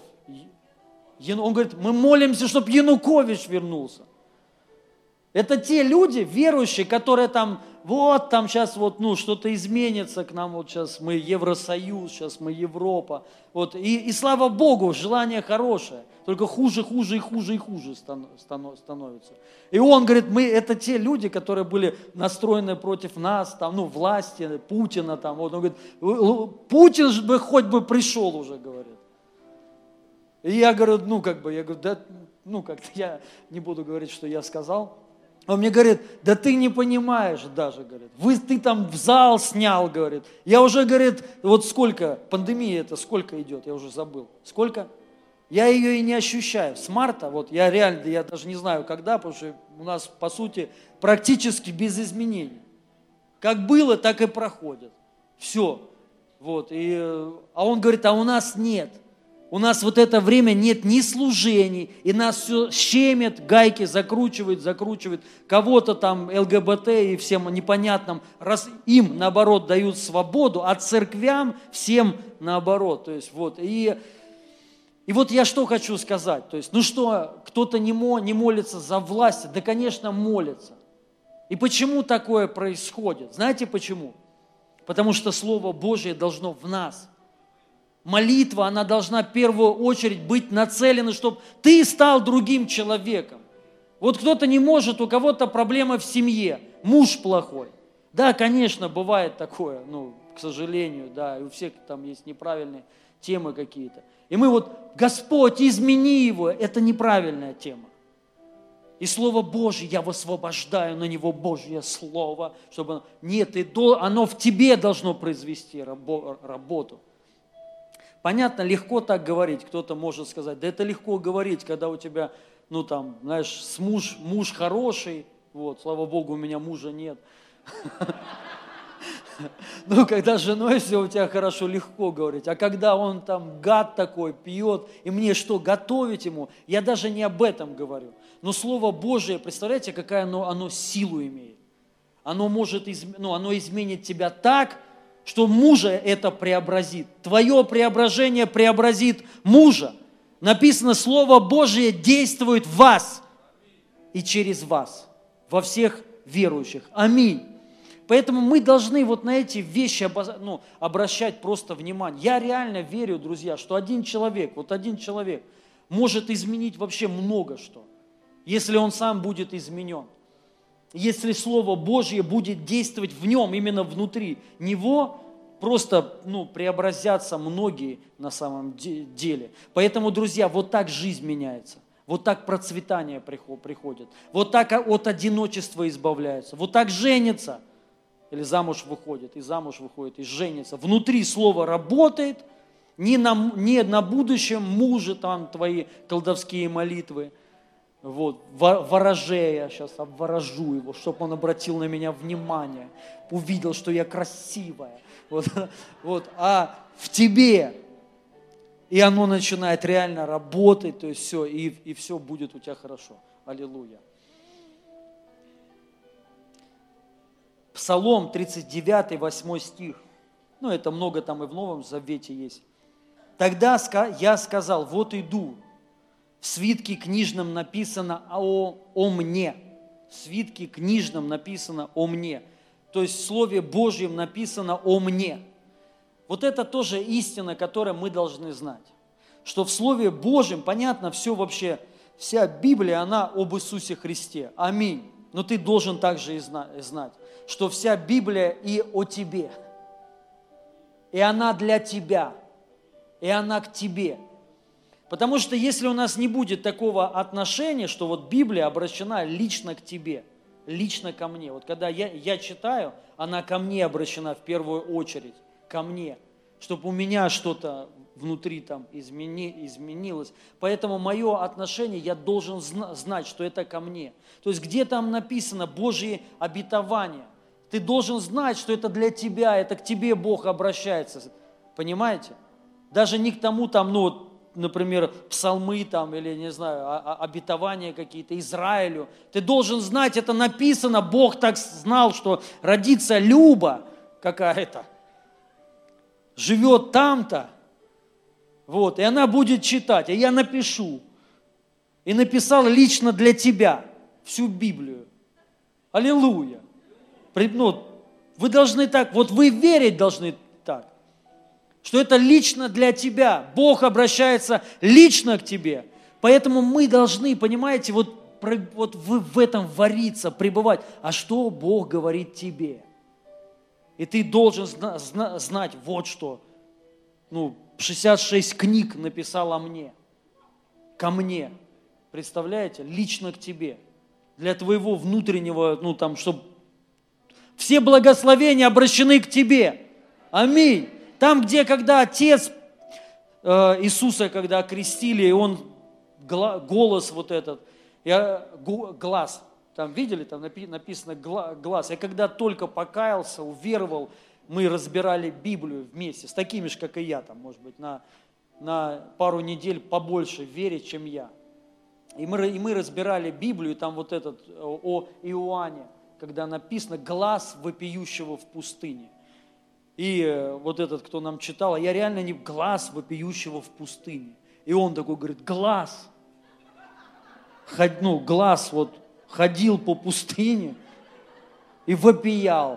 S1: Он говорит, мы молимся, чтобы Янукович вернулся. Это те люди, верующие, которые там, вот там сейчас вот, ну, что-то изменится к нам, вот сейчас мы Евросоюз, сейчас мы Европа. Вот, и, и слава Богу, желание хорошее, только хуже, хуже и хуже и хуже становится. И он говорит, мы, это те люди, которые были настроены против нас, там, ну, власти, Путина, там, вот, он говорит, Путин бы хоть бы пришел уже, говорит. И я говорю, ну, как бы, я говорю, да, ну, как-то я не буду говорить, что я сказал. Он мне говорит, да ты не понимаешь даже, говорит, вы, ты там в зал снял, говорит. Я уже, говорит, вот сколько, пандемия это сколько идет, я уже забыл. Сколько? Я ее и не ощущаю. С марта, вот, я реально, я даже не знаю когда, потому что у нас, по сути, практически без изменений. Как было, так и проходит. Все. Вот, и, а он говорит, а у нас нет. У нас вот это время нет ни служений, и нас все щемят, гайки закручивают, закручивают, кого-то там ЛГБТ и всем непонятным, раз им, наоборот, дают свободу, а церквям всем наоборот. То есть, вот, и, и вот я что хочу сказать, то есть, ну что, кто-то не, мо, не молится за власть, да, конечно, молится. И почему такое происходит? Знаете почему? Потому что Слово Божие должно в нас. Молитва, она должна в первую очередь быть нацелена, чтобы ты стал другим человеком. Вот кто-то не может, у кого-то проблема в семье, муж плохой. Да, конечно, бывает такое, ну, к сожалению, да, и у всех там есть неправильные темы какие-то. И мы вот, Господь, измени его, это неправильная тема. И Слово Божье, я высвобождаю на него Божье Слово, чтобы, нет, и до, оно в тебе должно произвести рабо, работу. Понятно, легко так говорить, кто-то может сказать, да это легко говорить, когда у тебя, ну там, знаешь, с муж, муж хороший, вот, слава Богу, у меня мужа нет. Ну, когда с женой все у тебя хорошо, легко говорить. А когда он там гад такой, пьет, и мне что, готовить ему? Я даже не об этом говорю. Но Слово Божие, представляете, какая оно, оно силу имеет? Оно может, ну, оно изменит тебя так, что мужа это преобразит. Твое преображение преобразит мужа. Написано, Слово Божие действует в вас и через вас, во всех верующих. Аминь. Поэтому мы должны вот на эти вещи ну, обращать просто внимание. Я реально верю, друзья, что один человек, вот один человек может изменить вообще много что, если он сам будет изменен. Если Слово Божье будет действовать в нем, именно внутри него, просто ну, преобразятся многие на самом деле. Поэтому, друзья, вот так жизнь меняется. Вот так процветание приходит. Вот так от одиночества избавляются. Вот так женится. Или замуж выходит, и замуж выходит, и женится. Внутри слово работает, не на, не на будущем муже там твои колдовские молитвы. Вот, ворожея, сейчас обворожу его, чтобы он обратил на меня внимание, увидел, что я красивая. Вот, вот, а в тебе, и оно начинает реально работать, то есть все, и, и все будет у тебя хорошо. Аллилуйя. Псалом тридцать девять, восьмой стих. Ну, это много там и в Новом Завете есть. Тогда я сказал, вот иду. В свитке книжном написано о, о мне. В свитке книжном написано о мне. То есть в Слове Божьем написано о мне. Вот это тоже истина, которую мы должны знать. Что в Слове Божьем, понятно, все вообще, вся Библия, она об Иисусе Христе. Аминь. Но ты должен также и знать, что вся Библия и о тебе. И она для тебя. И она к тебе. Потому что если у нас не будет такого отношения, что вот Библия обращена лично к тебе, лично ко мне. Вот когда я, я читаю, она ко мне обращена в первую очередь, ко мне, чтобы у меня что-то внутри там измени, изменилось. Поэтому мое отношение, я должен зна- знать, что это ко мне. То есть где там написано Божьи обетования, ты должен знать, что это для тебя, это к тебе Бог обращается. Понимаете? Даже не к тому там, ну вот, например, псалмы там, или, не знаю, обетования какие-то Израилю. Ты должен знать, это написано, Бог так знал, что родится Люба какая-то, живет там-то, вот, и она будет читать, а я напишу. И написал лично для тебя всю Библию. Аллилуйя. Ну, вы должны так, вот вы верить должны так, что это лично для тебя. Бог обращается лично к тебе. Поэтому мы должны, понимаете, вот, вот в, в этом вариться, пребывать. А что Бог говорит тебе? И ты должен зна- зна- знать вот что. Ну, шестьдесят шесть книг написал о мне. Ко мне. Представляете? Лично к тебе. Для твоего внутреннего, ну там, чтобы все благословения обращены к тебе. Аминь. Там, где, когда Отец э, Иисуса, когда окрестили, и Он, гла, голос вот этот, я, гу, глаз, там видели, там напи, написано гла, глаз. Я когда только покаялся, уверовал, мы разбирали Библию вместе, с такими же, как и я, там, может быть, на, на пару недель побольше верить, чем я. И мы, и мы разбирали Библию, и там вот этот о Иоанне, когда написано «глаз вопиющего в пустыне». И вот этот, кто нам читал, а я реально не глаз вопиющего в пустыне. И он такой говорит, глаз, ход, ну, глаз вот ходил по пустыне и вопиял.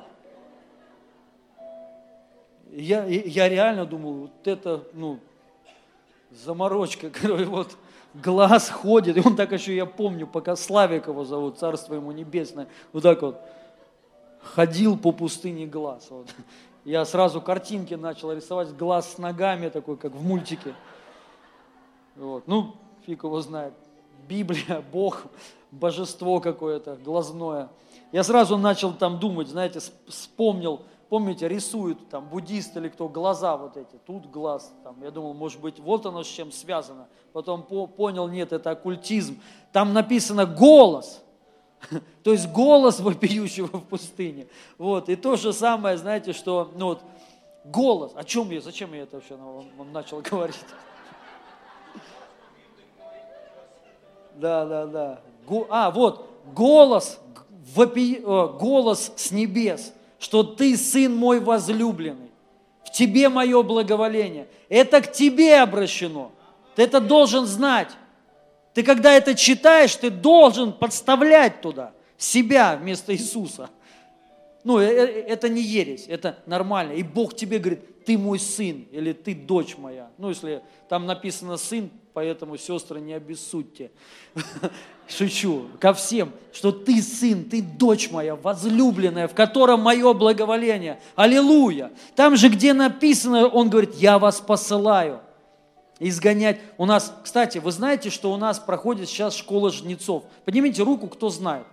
S1: Я, я реально думал, вот это, ну, заморочка, короче, вот глаз ходит, и он так еще, я помню, пока Славик его зовут, царство ему небесное, вот так вот ходил по пустыне глаз, вот. Я сразу картинки начал рисовать, глаз с ногами такой, как в мультике. Вот. Ну, фиг его знает. Библия, Бог, божество какое-то, глазное. Я сразу начал там думать, знаете, вспомнил, помните, рисуют там буддисты или кто, глаза вот эти, тут глаз. Там. Я думал, может быть, вот оно с чем связано. Потом по- понял, нет, это оккультизм. Там написано голос. То есть голос вопиющего в пустыне. Вот. И то же самое, знаете, что ну, вот, голос. О чем я, зачем я это вообще вам, вам начал говорить? Да, да, да. Го, а, вот, голос, вопи, голос с небес, что ты сын мой возлюбленный, в тебе мое благоволение. Это к тебе обращено. Ты это должен знать. Ты когда это читаешь, ты должен подставлять туда себя вместо Иисуса. Ну, это не ересь, это нормально. И Бог тебе говорит, ты мой сын или ты дочь моя. Ну, если там написано сын, поэтому, сестры, не обессудьте. Шучу. Ко всем, что ты сын, ты дочь моя, возлюбленная, в котором мое благоволение. Аллилуйя. Там же, где написано, он говорит, я вас посылаю. Изгонять. У нас, кстати, вы знаете, что у нас проходит сейчас школа жнецов? Поднимите руку, кто знает.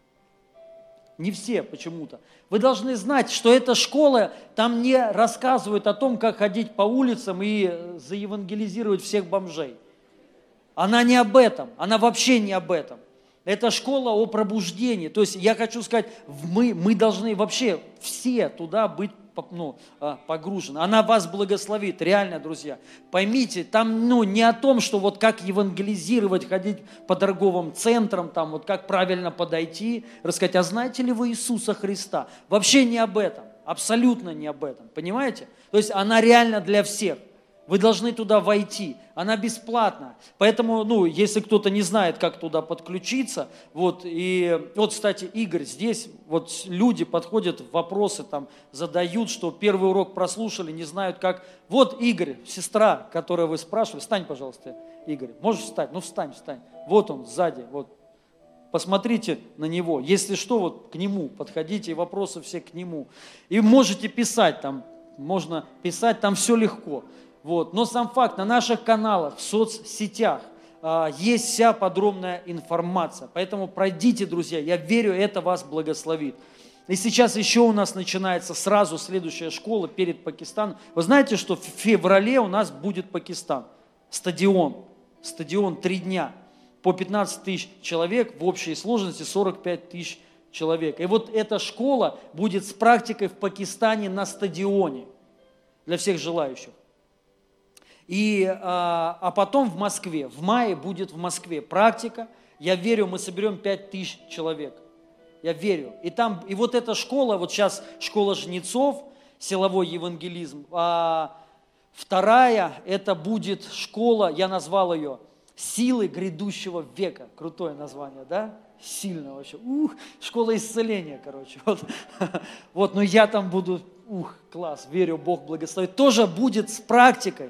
S1: Не все почему-то. Вы должны знать, что эта школа, там не рассказывают о том, как ходить по улицам и заевангелизировать всех бомжей. Она не об этом, она вообще не об этом. Это школа о пробуждении. То есть я хочу сказать, мы, мы должны вообще все туда быть ну, погружены. Она вас благословит, реально, друзья. Поймите, там ну, не о том, что вот как евангелизировать, ходить по торговым центрам, там, вот как правильно подойти, рассказать, а знаете ли вы Иисуса Христа? Вообще не об этом, абсолютно не об этом, понимаете? То есть она реально для всех. Вы должны туда войти. Она бесплатна. Поэтому, ну, если кто-то не знает, как туда подключиться, вот, и вот, кстати, Игорь, здесь вот люди подходят, вопросы там задают, что первый урок прослушали, не знают, как. Вот Игорь, сестра, которую вы спрашивали, встань, пожалуйста, Игорь. Можешь встать? Ну, встань, встань. Вот он сзади, вот. Посмотрите на него. Если что, вот к нему подходите, и вопросы все к нему. И можете писать там, можно писать, там все легко. Вот. Но сам факт, на наших каналах, в соцсетях а, есть вся подробная информация. Поэтому пройдите, друзья, я верю, это вас благословит. И сейчас еще у нас начинается сразу следующая школа перед Пакистаном. Вы знаете, что в феврале у нас будет Пакистан, стадион, стадион три дня, по пятнадцать тысяч человек, в общей сложности сорок пять тысяч человек. И вот эта школа будет с практикой в Пакистане на стадионе для всех желающих. И, а, а потом в Москве, в мае будет в Москве практика. Я верю, мы соберем пять тысяч человек. Я верю. И, там, и вот эта школа, вот сейчас школа жнецов, силовой евангелизм. А вторая, это будет школа, я назвал ее «Силы грядущего века». Крутое название, да? Сильно вообще. Ух, школа исцеления, короче. Вот, вот, но я там буду, ух, класс, верю, Бог благословит. Тоже будет с практикой.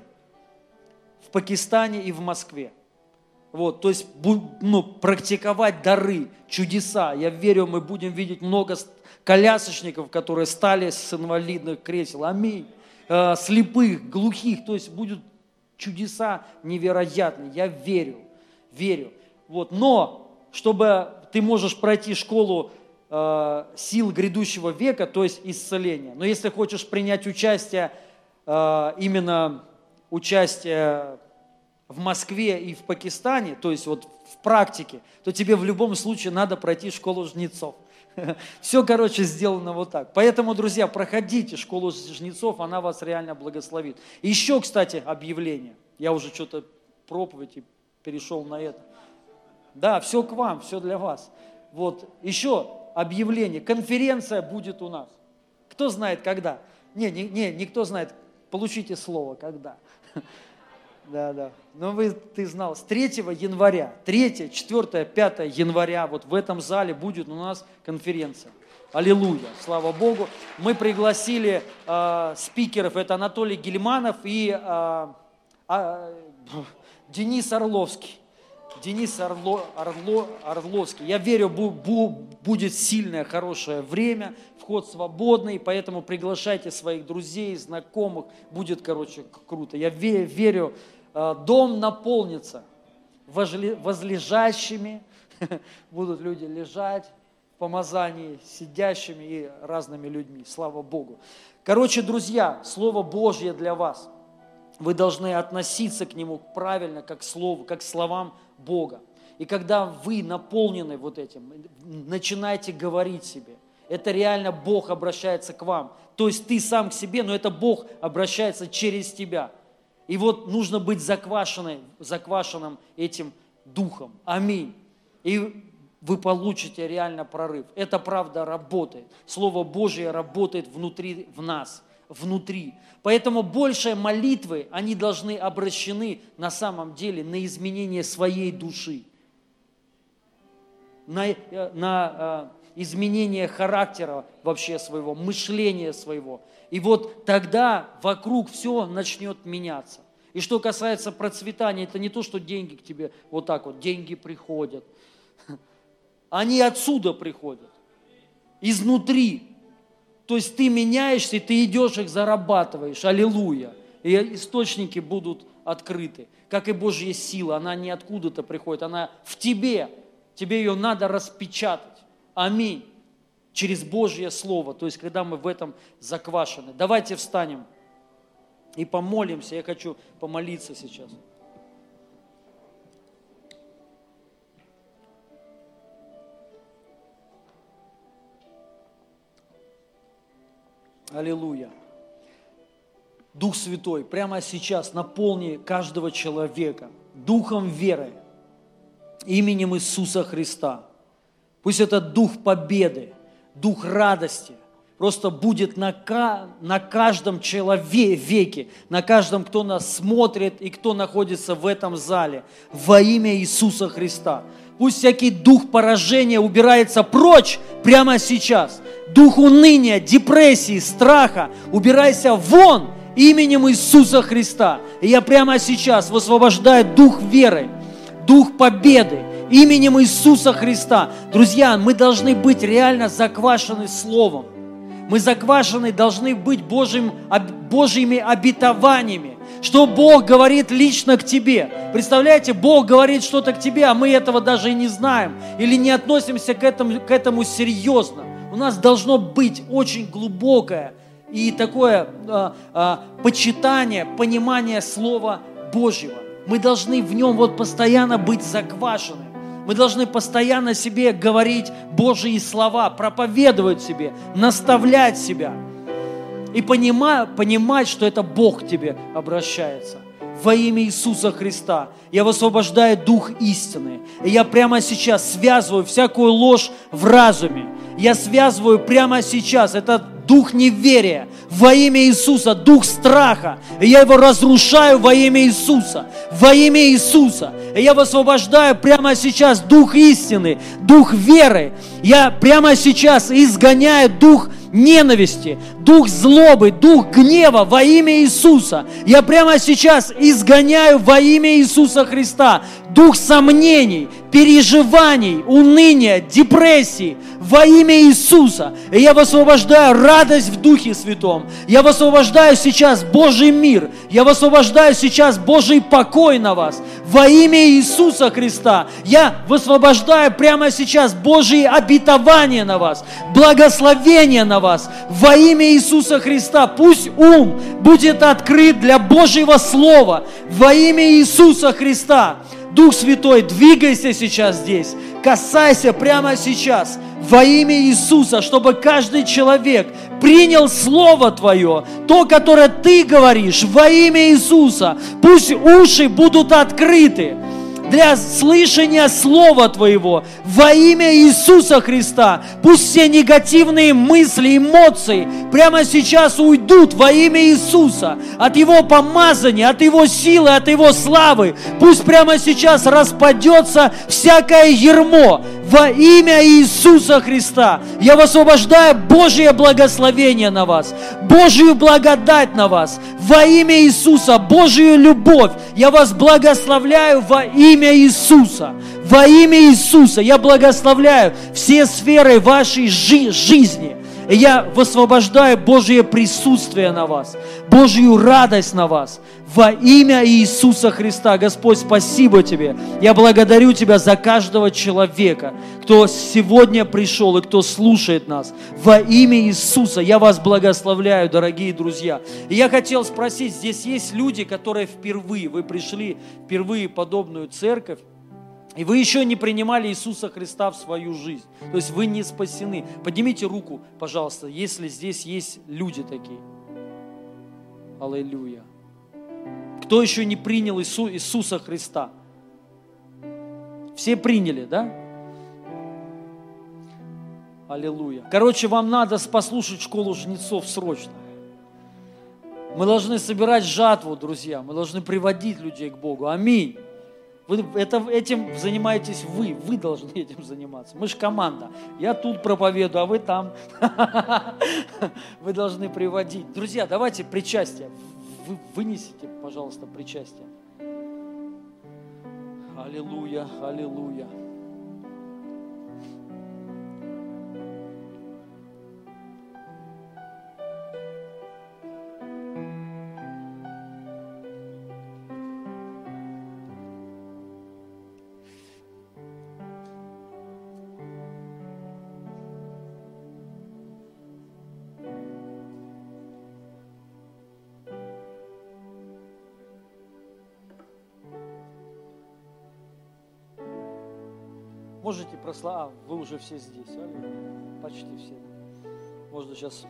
S1: В Пакистане и в Москве. Вот, то есть ну, практиковать дары, чудеса. Я верю, мы будем видеть много колясочников, которые стали с инвалидных кресел. Аминь. Э, слепых, глухих. То есть будут чудеса невероятные. Я верю, верю. Вот, но, чтобы ты можешь пройти школу э, сил грядущего века, то есть исцеления. Но если хочешь принять участие э, именно участие в Москве и в Пакистане, то есть вот в практике, то тебе в любом случае надо пройти школу жнецов. Все, короче, сделано вот так. Поэтому, друзья, проходите школу жнецов, она вас реально благословит. И еще, кстати, объявление. Я уже что-то проповедь и перешел на это. Да, все к вам, все для вас. Вот, еще объявление. Конференция будет у нас. Кто знает, когда? Не, не, не, никто знает. Получите слово, когда. Да, да. Но вы, ты знал, с третьего января, третьего, четвёртого, пятого января вот в этом зале будет у нас конференция. Аллилуйя, слава Богу. Мы пригласили э, спикеров, это Анатолий Гельманов и э, э, Денис Орловский. Денис Орло, Орло, Орловский. Я верю, бу, бу, будет сильное, хорошее время, вход свободный, поэтому приглашайте своих друзей, знакомых, будет, короче, круто. Я ве, верю, дом наполнится возлежащими, будут люди лежать в помазании, сидящими и разными людьми, слава Богу. Короче, друзья, Слово Божье для вас. Вы должны относиться к нему правильно, как к слову, как к словам Бога. И когда вы наполнены вот этим, начинайте говорить себе. Это реально Бог обращается к вам. То есть ты сам к себе, но это Бог обращается через тебя. И вот нужно быть заквашенным, заквашенным этим духом. Аминь. И вы получите реально прорыв. Это правда работает. Слово Божье работает внутри в нас, внутри. Поэтому больше молитвы, они должны обращены на самом деле на изменение своей души, на, на изменение характера вообще своего, мышления своего. И вот тогда вокруг все начнет меняться. И что касается процветания, это не то, что деньги к тебе вот так вот, деньги приходят. Они отсюда приходят, изнутри. То есть ты меняешься, и ты идешь их зарабатываешь. Аллилуйя. И источники будут открыты. Как и Божья сила, она не откуда-то приходит, она в тебе. Тебе ее надо распечатать. Аминь. Через Божье Слово. То есть, когда мы в этом заквашены. Давайте встанем и помолимся. Я хочу помолиться сейчас. Аллилуйя. Дух Святой, прямо сейчас наполни каждого человека духом веры, именем Иисуса Христа. Пусть этот дух победы, дух радости просто будет на, на каждом человеке, на каждом, кто нас смотрит и кто находится в этом зале, во имя Иисуса Христа. Пусть всякий дух поражения убирается прочь прямо сейчас. Дух уныния, депрессии, страха, убирайся вон именем Иисуса Христа. И я прямо сейчас высвобождаю дух веры, дух победы именем Иисуса Христа. Друзья, мы должны быть реально заквашены Словом. Мы заквашены должны быть Божьим, Божьими обетованиями. Что Бог говорит лично к тебе. Представляете, Бог говорит что-то к тебе, а мы этого даже и не знаем. Или не относимся к этому, к этому серьезно. У нас должно быть очень глубокое и такое а, а, почитание, понимание Слова Божьего. Мы должны в нем вот постоянно быть заквашены. Мы должны постоянно себе говорить Божьи слова, проповедовать себе, наставлять себя. И понимать, понимать, что это Бог к тебе обращается. Во имя Иисуса Христа я высвобождаю дух истины. И я прямо сейчас связываю всякую ложь в разуме. Я связываю прямо сейчас этот дух неверия во имя Иисуса, дух страха. И я его разрушаю во имя Иисуса. Во имя Иисуса. И я высвобождаю прямо сейчас дух истины, дух веры. Я прямо сейчас изгоняю дух ненависти, дух злобы, дух гнева во имя Иисуса. Я прямо сейчас изгоняю во имя Иисуса Христа дух сомнений, переживаний, уныния, депрессии во имя Иисуса. И я высвобождаю радость в Духе Святом. Я высвобождаю сейчас Божий мир. Я высвобождаю сейчас Божий покой на вас. Во имя Иисуса Христа. Я высвобождаю прямо сейчас Божьи обетования на вас, благословения на вас. Во имя Иисуса Христа. Пусть ум будет открыт для Божьего Слова. Во имя Иисуса Христа. Дух Святой, двигайся сейчас здесь, касайся прямо сейчас во имя Иисуса, чтобы каждый человек принял Слово Твое, то, которое Ты говоришь во имя Иисуса. Пусть уши будут открыты для слышания Слова Твоего во имя Иисуса Христа. Пусть все негативные мысли, эмоции прямо сейчас уйдут во имя Иисуса. От Его помазания, от Его силы, от Его славы. Пусть прямо сейчас распадется всякое ярмо во имя Иисуса Христа. Я высвобождаю Божье благословение на вас, Божью благодать на вас во имя Иисуса, Божью любовь. Я вас благословляю во имя Иисуса. Во имя Иисуса я благословляю все сферы вашей жи- жизни. И я высвобождаю Божье присутствие на вас, Божью радость на вас. Во имя Иисуса Христа. Господь, спасибо Тебе. Я благодарю Тебя за каждого человека, кто сегодня пришел и кто слушает нас. Во имя Иисуса я вас благословляю, дорогие друзья. И я хотел спросить, здесь есть люди, которые впервые, вы пришли впервые в подобную церковь, и вы еще не принимали Иисуса Христа в свою жизнь, то есть вы не спасены. Поднимите руку, пожалуйста, если здесь есть люди такие. Аллилуйя. Кто еще не принял Иису, Иисуса Христа? Все приняли, да? Аллилуйя. Короче, вам надо послушать школу жнецов срочно. Мы должны собирать жатву, друзья. Мы должны приводить людей к Богу. Аминь. Вы, это, этим занимаетесь вы. Вы должны этим заниматься. Мы же команда. Я тут проповедую, а вы там. Вы должны приводить. Друзья, давайте причастие. Вы вынесите, пожалуйста, причастие. Аллилуйя, аллилуйя. Можете прославить, а, вы уже все здесь, а? Почти все. Можно сейчас.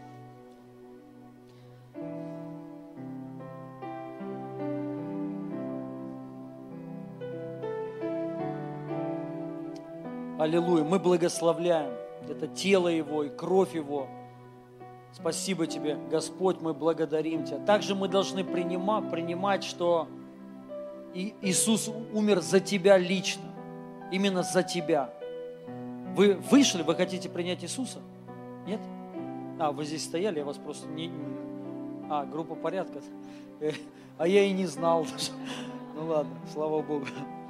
S1: Аллилуйя, мы благословляем это тело Его и кровь Его. Спасибо Тебе, Господь, мы благодарим Тебя. Также мы должны принимать, принимать, что Иисус умер за Тебя лично. Именно за тебя. Вы вышли, вы хотите принять Иисуса? Нет? А, вы здесь стояли, я вас просто не... А, группа порядка. А я и не знал даже. Ну ладно, слава Богу.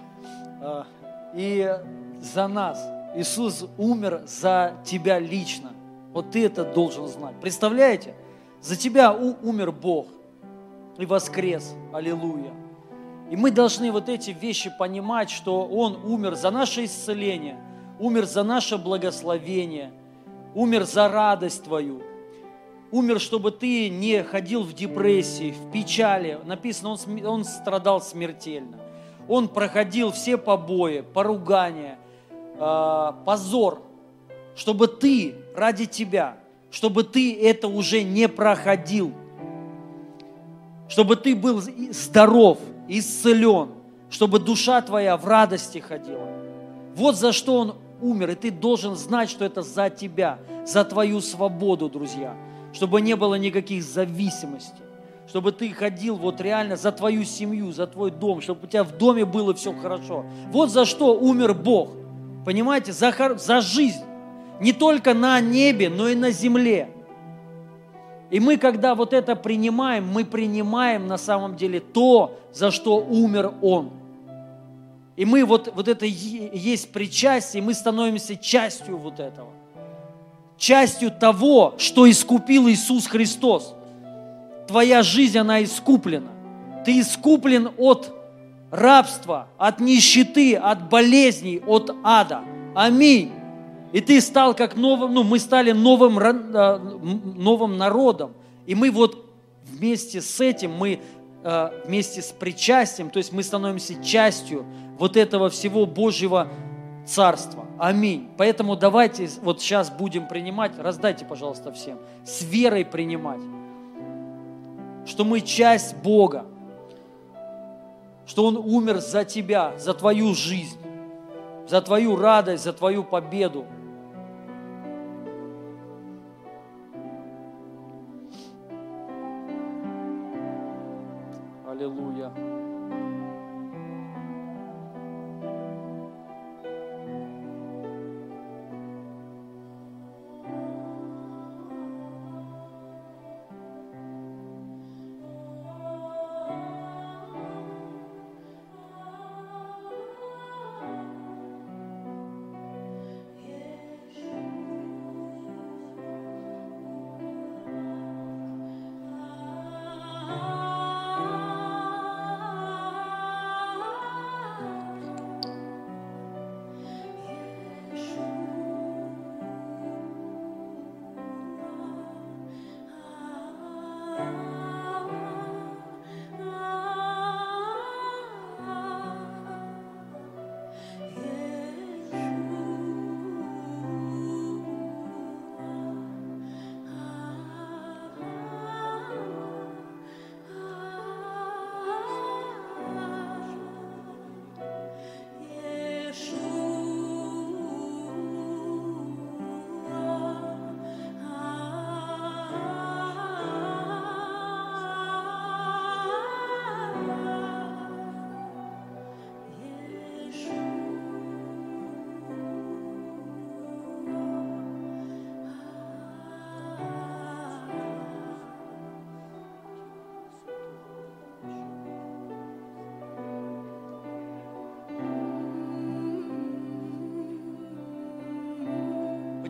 S1: И за нас Иисус умер за тебя лично. Вот ты это должен знать. Представляете? За тебя умер Бог и воскрес. Аллилуйя. И мы должны вот эти вещи понимать, что Он умер за наше исцеление, умер за наше благословение, умер за радость Твою, умер, чтобы ты не ходил в депрессии, в печали. Написано, Он, он страдал смертельно. Он проходил все побои, поругания, э, позор, чтобы ты ради Тебя, чтобы ты это уже не проходил, чтобы ты был здоров, исцелен, чтобы душа твоя в радости ходила. Вот за что Он умер, и ты должен знать, что это за тебя, за твою свободу, друзья, чтобы не было никаких зависимостей, чтобы ты ходил вот реально за твою семью, за твой дом, чтобы у тебя в доме было все хорошо. Вот за что умер Бог, понимаете, за, за жизнь, не только на небе, но и на земле. И мы, когда вот это принимаем, мы принимаем на самом деле то, за что умер Он. И мы вот, вот это есть причастие, и мы становимся частью вот этого. Частью того, что искупил Иисус Христос. Твоя жизнь, она искуплена. Ты искуплен от рабства, от нищеты, от болезней, от ада. Аминь. И ты стал как новым, ну, мы стали новым, новым народом. И мы вот вместе с этим, мы вместе с причастием, то есть мы становимся частью вот этого всего Божьего Царства. Аминь. Поэтому давайте вот сейчас будем принимать, раздайте, пожалуйста, всем, с верой принимать, что мы часть Бога, что Он умер за тебя, за твою жизнь, за твою радость, за твою победу. Аллилуйя.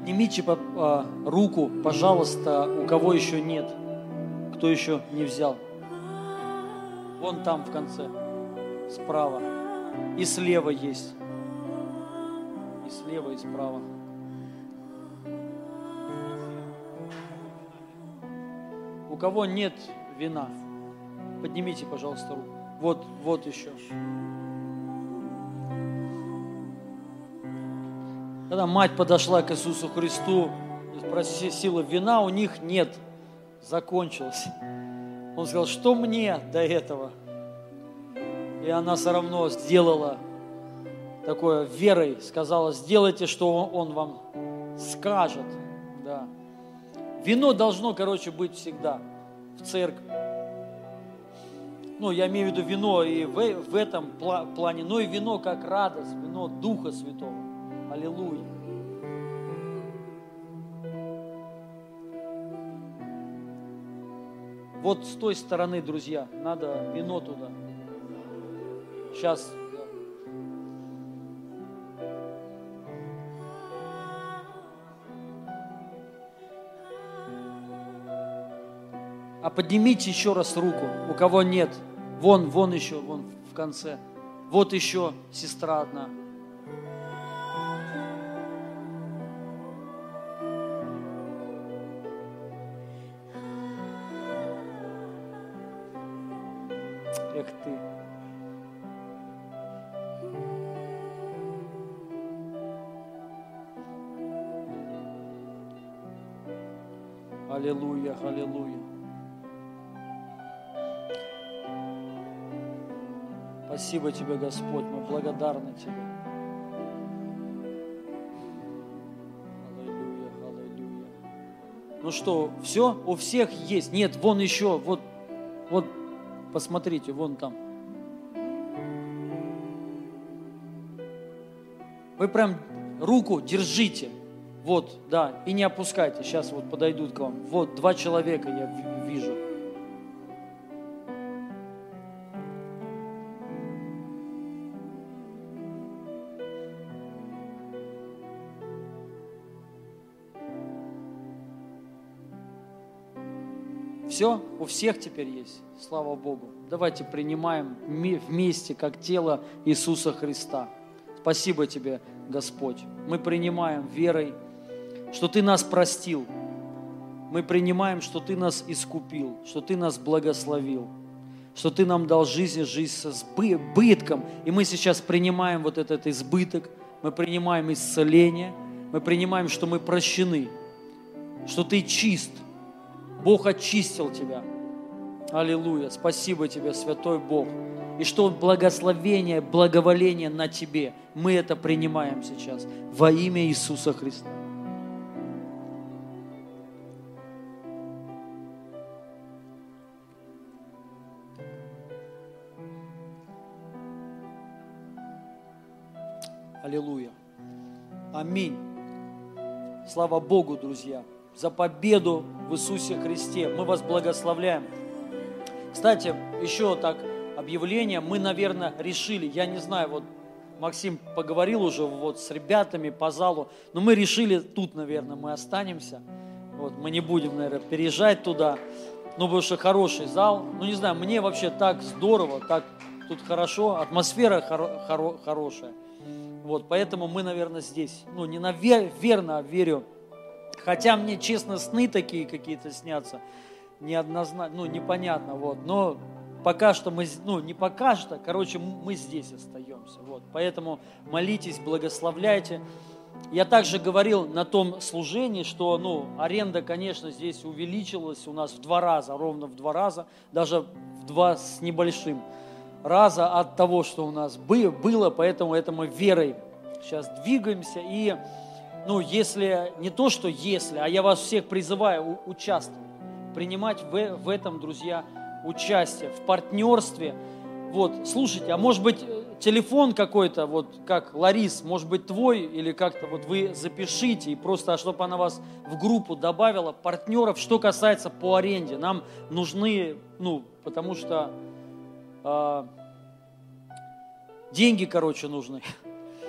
S1: Поднимите руку, пожалуйста, у кого еще нет, кто еще не взял. Вон там в конце, справа. И слева есть. И слева, и справа. У кого нет вина, поднимите, пожалуйста, руку. Вот, вот еще. Когда мать подошла к Иисусу Христу и спросила, вина у них нет, закончилось. Он сказал, что мне до этого? И она все равно сделала такое верой, сказала, сделайте, что он вам скажет. Да. Вино должно, короче, быть всегда в церкви. Ну, я имею в виду вино и в, в этом плане, но и вино как радость, вино Духа Святого. Аллилуйя. Вот с той стороны, друзья, надо вино туда. Сейчас. А поднимите еще раз руку, у кого нет. Вон, вон еще, вон в конце. Вот еще сестра одна. Эх ты. Аллилуйя, аллилуйя. Спасибо Тебе, Господь, мы благодарны Тебе. Аллилуйя, аллилуйя. Ну что, все? У всех есть? Нет, вон еще, вот, вот, посмотрите, вон там. Вы прям руку держите, вот, да, и не опускайте. Сейчас вот подойдут к вам. Вот, два человека я вижу. Все, у всех теперь есть, слава Богу. Давайте принимаем вместе, как тело Иисуса Христа. Спасибо Тебе, Господь. Мы принимаем верой, что Ты нас простил. Мы принимаем, что Ты нас искупил, что Ты нас благословил, что Ты нам дал жизнь, жизнь с избытком. И мы сейчас принимаем вот этот избыток, мы принимаем исцеление, мы принимаем, что мы прощены, что Ты чист. Бог очистил тебя. Аллилуйя. Спасибо Тебе, Святой Бог. И что благословение, благоволение на Тебе. Мы это принимаем сейчас во имя Иисуса Христа. Аллилуйя. Аминь. Слава Богу, друзья, за победу в Иисусе Христе. Мы вас благословляем. Кстати, еще так объявление. Мы, наверное, решили, я не знаю, вот Максим поговорил уже вот с ребятами по залу, но мы решили тут, наверное, мы останемся. Вот, мы не будем, наверное, переезжать туда. Ну, потому что хороший зал. Ну, не знаю, мне вообще так здорово, так тут хорошо, атмосфера хоро- хоро- хорошая. Вот, поэтому мы, наверное, здесь. Ну, не наверное, а верю. Хотя мне, честно, сны такие какие-то снятся, неоднозначно, ну, непонятно, вот, но пока что мы, ну, не пока что, короче, мы здесь остаемся, вот, поэтому молитесь, благословляйте. Я также говорил на том служении, что, ну, аренда, конечно, здесь увеличилась у нас в два раза, ровно в два раза, даже в два с небольшим раза от того, что у нас было, поэтому это мы верой сейчас двигаемся и... Ну, если, не то, что если, а я вас всех призываю участвовать, принимать в, в этом, друзья, участие, в партнерстве. Вот, слушайте, а может быть, телефон какой-то, вот как Ларис, может быть, твой, или как-то вот вы запишите, и просто, чтобы она вас в группу добавила, партнеров, что касается по аренде. Нам нужны, ну, потому что э, деньги, короче, нужны.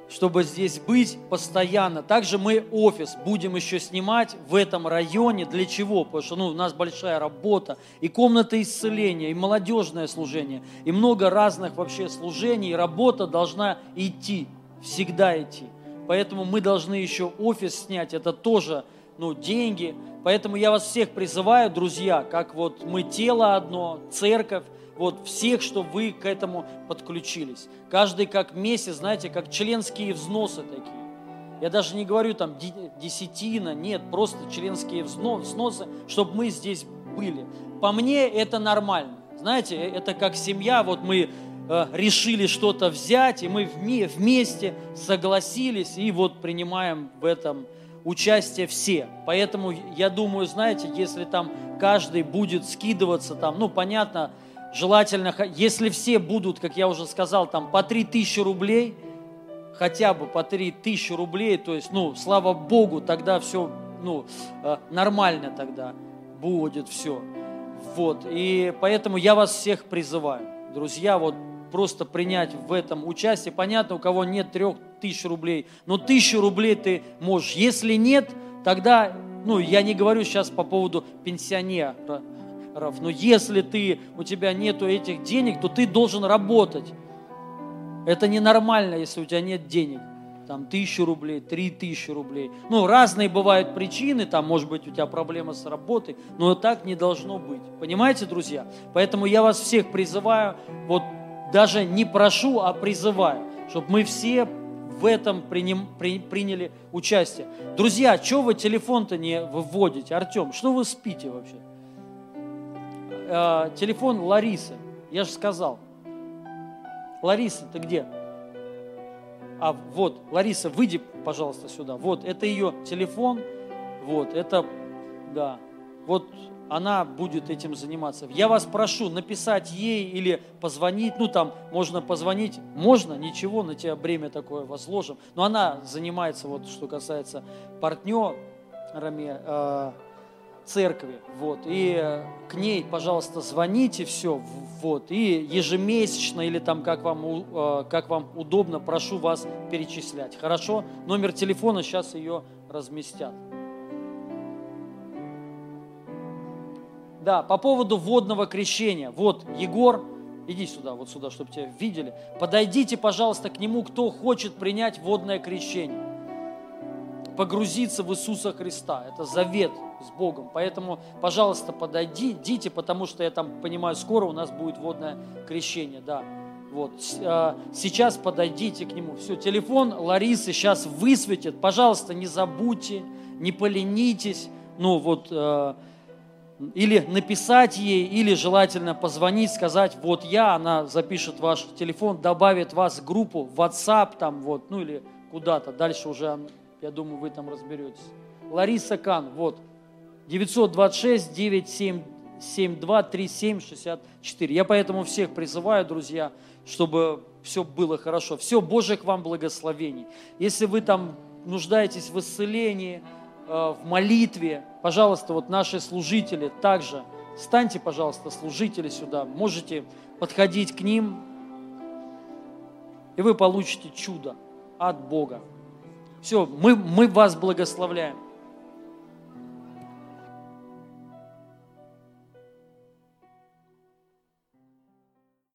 S1: чтобы здесь быть постоянно. Также мы офис будем еще снимать в этом районе. Для чего? Потому что ну, у нас большая работа, и комната исцеления, и молодежное служение, и много разных вообще служений, и работа должна идти, всегда идти. Поэтому мы должны еще офис снять, это тоже ну, деньги. Поэтому я вас всех призываю, друзья, как вот мы тело одно, церковь, вот всех, чтобы вы к этому подключились. Каждый как месяц, знаете, как членские взносы такие. Я даже не говорю там десятина, нет, просто членские взносы, чтобы мы здесь были. По мне это нормально. Знаете, это как семья, вот мы э, решили что-то взять, и мы вместе согласились, и вот принимаем в этом участие все. Поэтому я думаю, знаете, если там каждый будет скидываться, там, ну, понятно, желательно, если все будут, как я уже сказал, там по три тысячи рублей, хотя бы по три тысячи рублей, то есть, ну, слава Богу, тогда все, ну, нормально тогда будет все. Вот, и поэтому я вас всех призываю, друзья, вот просто принять в этом участие. Понятно, у кого нет трех тысяч рублей, но тысячу рублей ты можешь. Если нет, тогда, ну, я не говорю сейчас по поводу пенсионера, но если ты, у тебя нету этих денег, то ты должен работать. Это ненормально, если у тебя нет денег. Там тысячу рублей, три тысячи рублей. Ну, разные бывают причины, там, может быть, у тебя проблема с работой, но так не должно быть. Понимаете, друзья? Поэтому я вас всех призываю, вот даже не прошу, а призываю, чтобы мы все в этом приним, при, приняли участие. Друзья, что вы телефон-то не выводите? Артем, что вы спите вообще? Телефон Ларисы, я же сказал. Лариса, ты где? А вот, Лариса, выйди, пожалуйста, сюда. Вот, это ее телефон. Вот, это, да. Вот она будет этим заниматься. Я вас прошу написать ей или позвонить. Ну, там, можно позвонить. Можно, ничего, на тебя бремя такое возложим. Но она занимается, вот, что касается партнерами, э, церкви, вот, и к ней, пожалуйста, звоните, все, вот, и ежемесячно или там, как вам, как вам удобно, прошу вас перечислять, хорошо? Номер телефона сейчас ее разместят. Да, по поводу водного крещения, вот, Егор, иди сюда, вот сюда, чтобы тебя видели, подойдите, пожалуйста, к нему, кто хочет принять водное крещение. Погрузиться в Иисуса Христа. Это завет с Богом. Поэтому, пожалуйста, подойдите, потому что, я там понимаю, скоро у нас будет водное крещение. Да. Вот. Сейчас подойдите к нему. Все, телефон Ларисы сейчас высветит. Пожалуйста, не забудьте, не поленитесь. Ну, вот, или написать ей, или желательно позвонить, сказать, вот я, она запишет ваш телефон, добавит вас в группу в WhatsApp, там, вот, ну, или куда-то. Дальше уже... Я думаю, вы там разберетесь. Лариса Кан, вот, девятьсот двадцать шесть девятьсот семьдесят два тридцать семь шестьдесят четыре. Я поэтому всех призываю, друзья, чтобы все было хорошо. Все, Божьих вам благословений. Если вы там нуждаетесь в исцелении, в молитве, пожалуйста, вот наши служители также, станьте, пожалуйста, служители сюда, можете подходить к ним, и вы получите чудо от Бога. Все, мы, мы вас благословляем.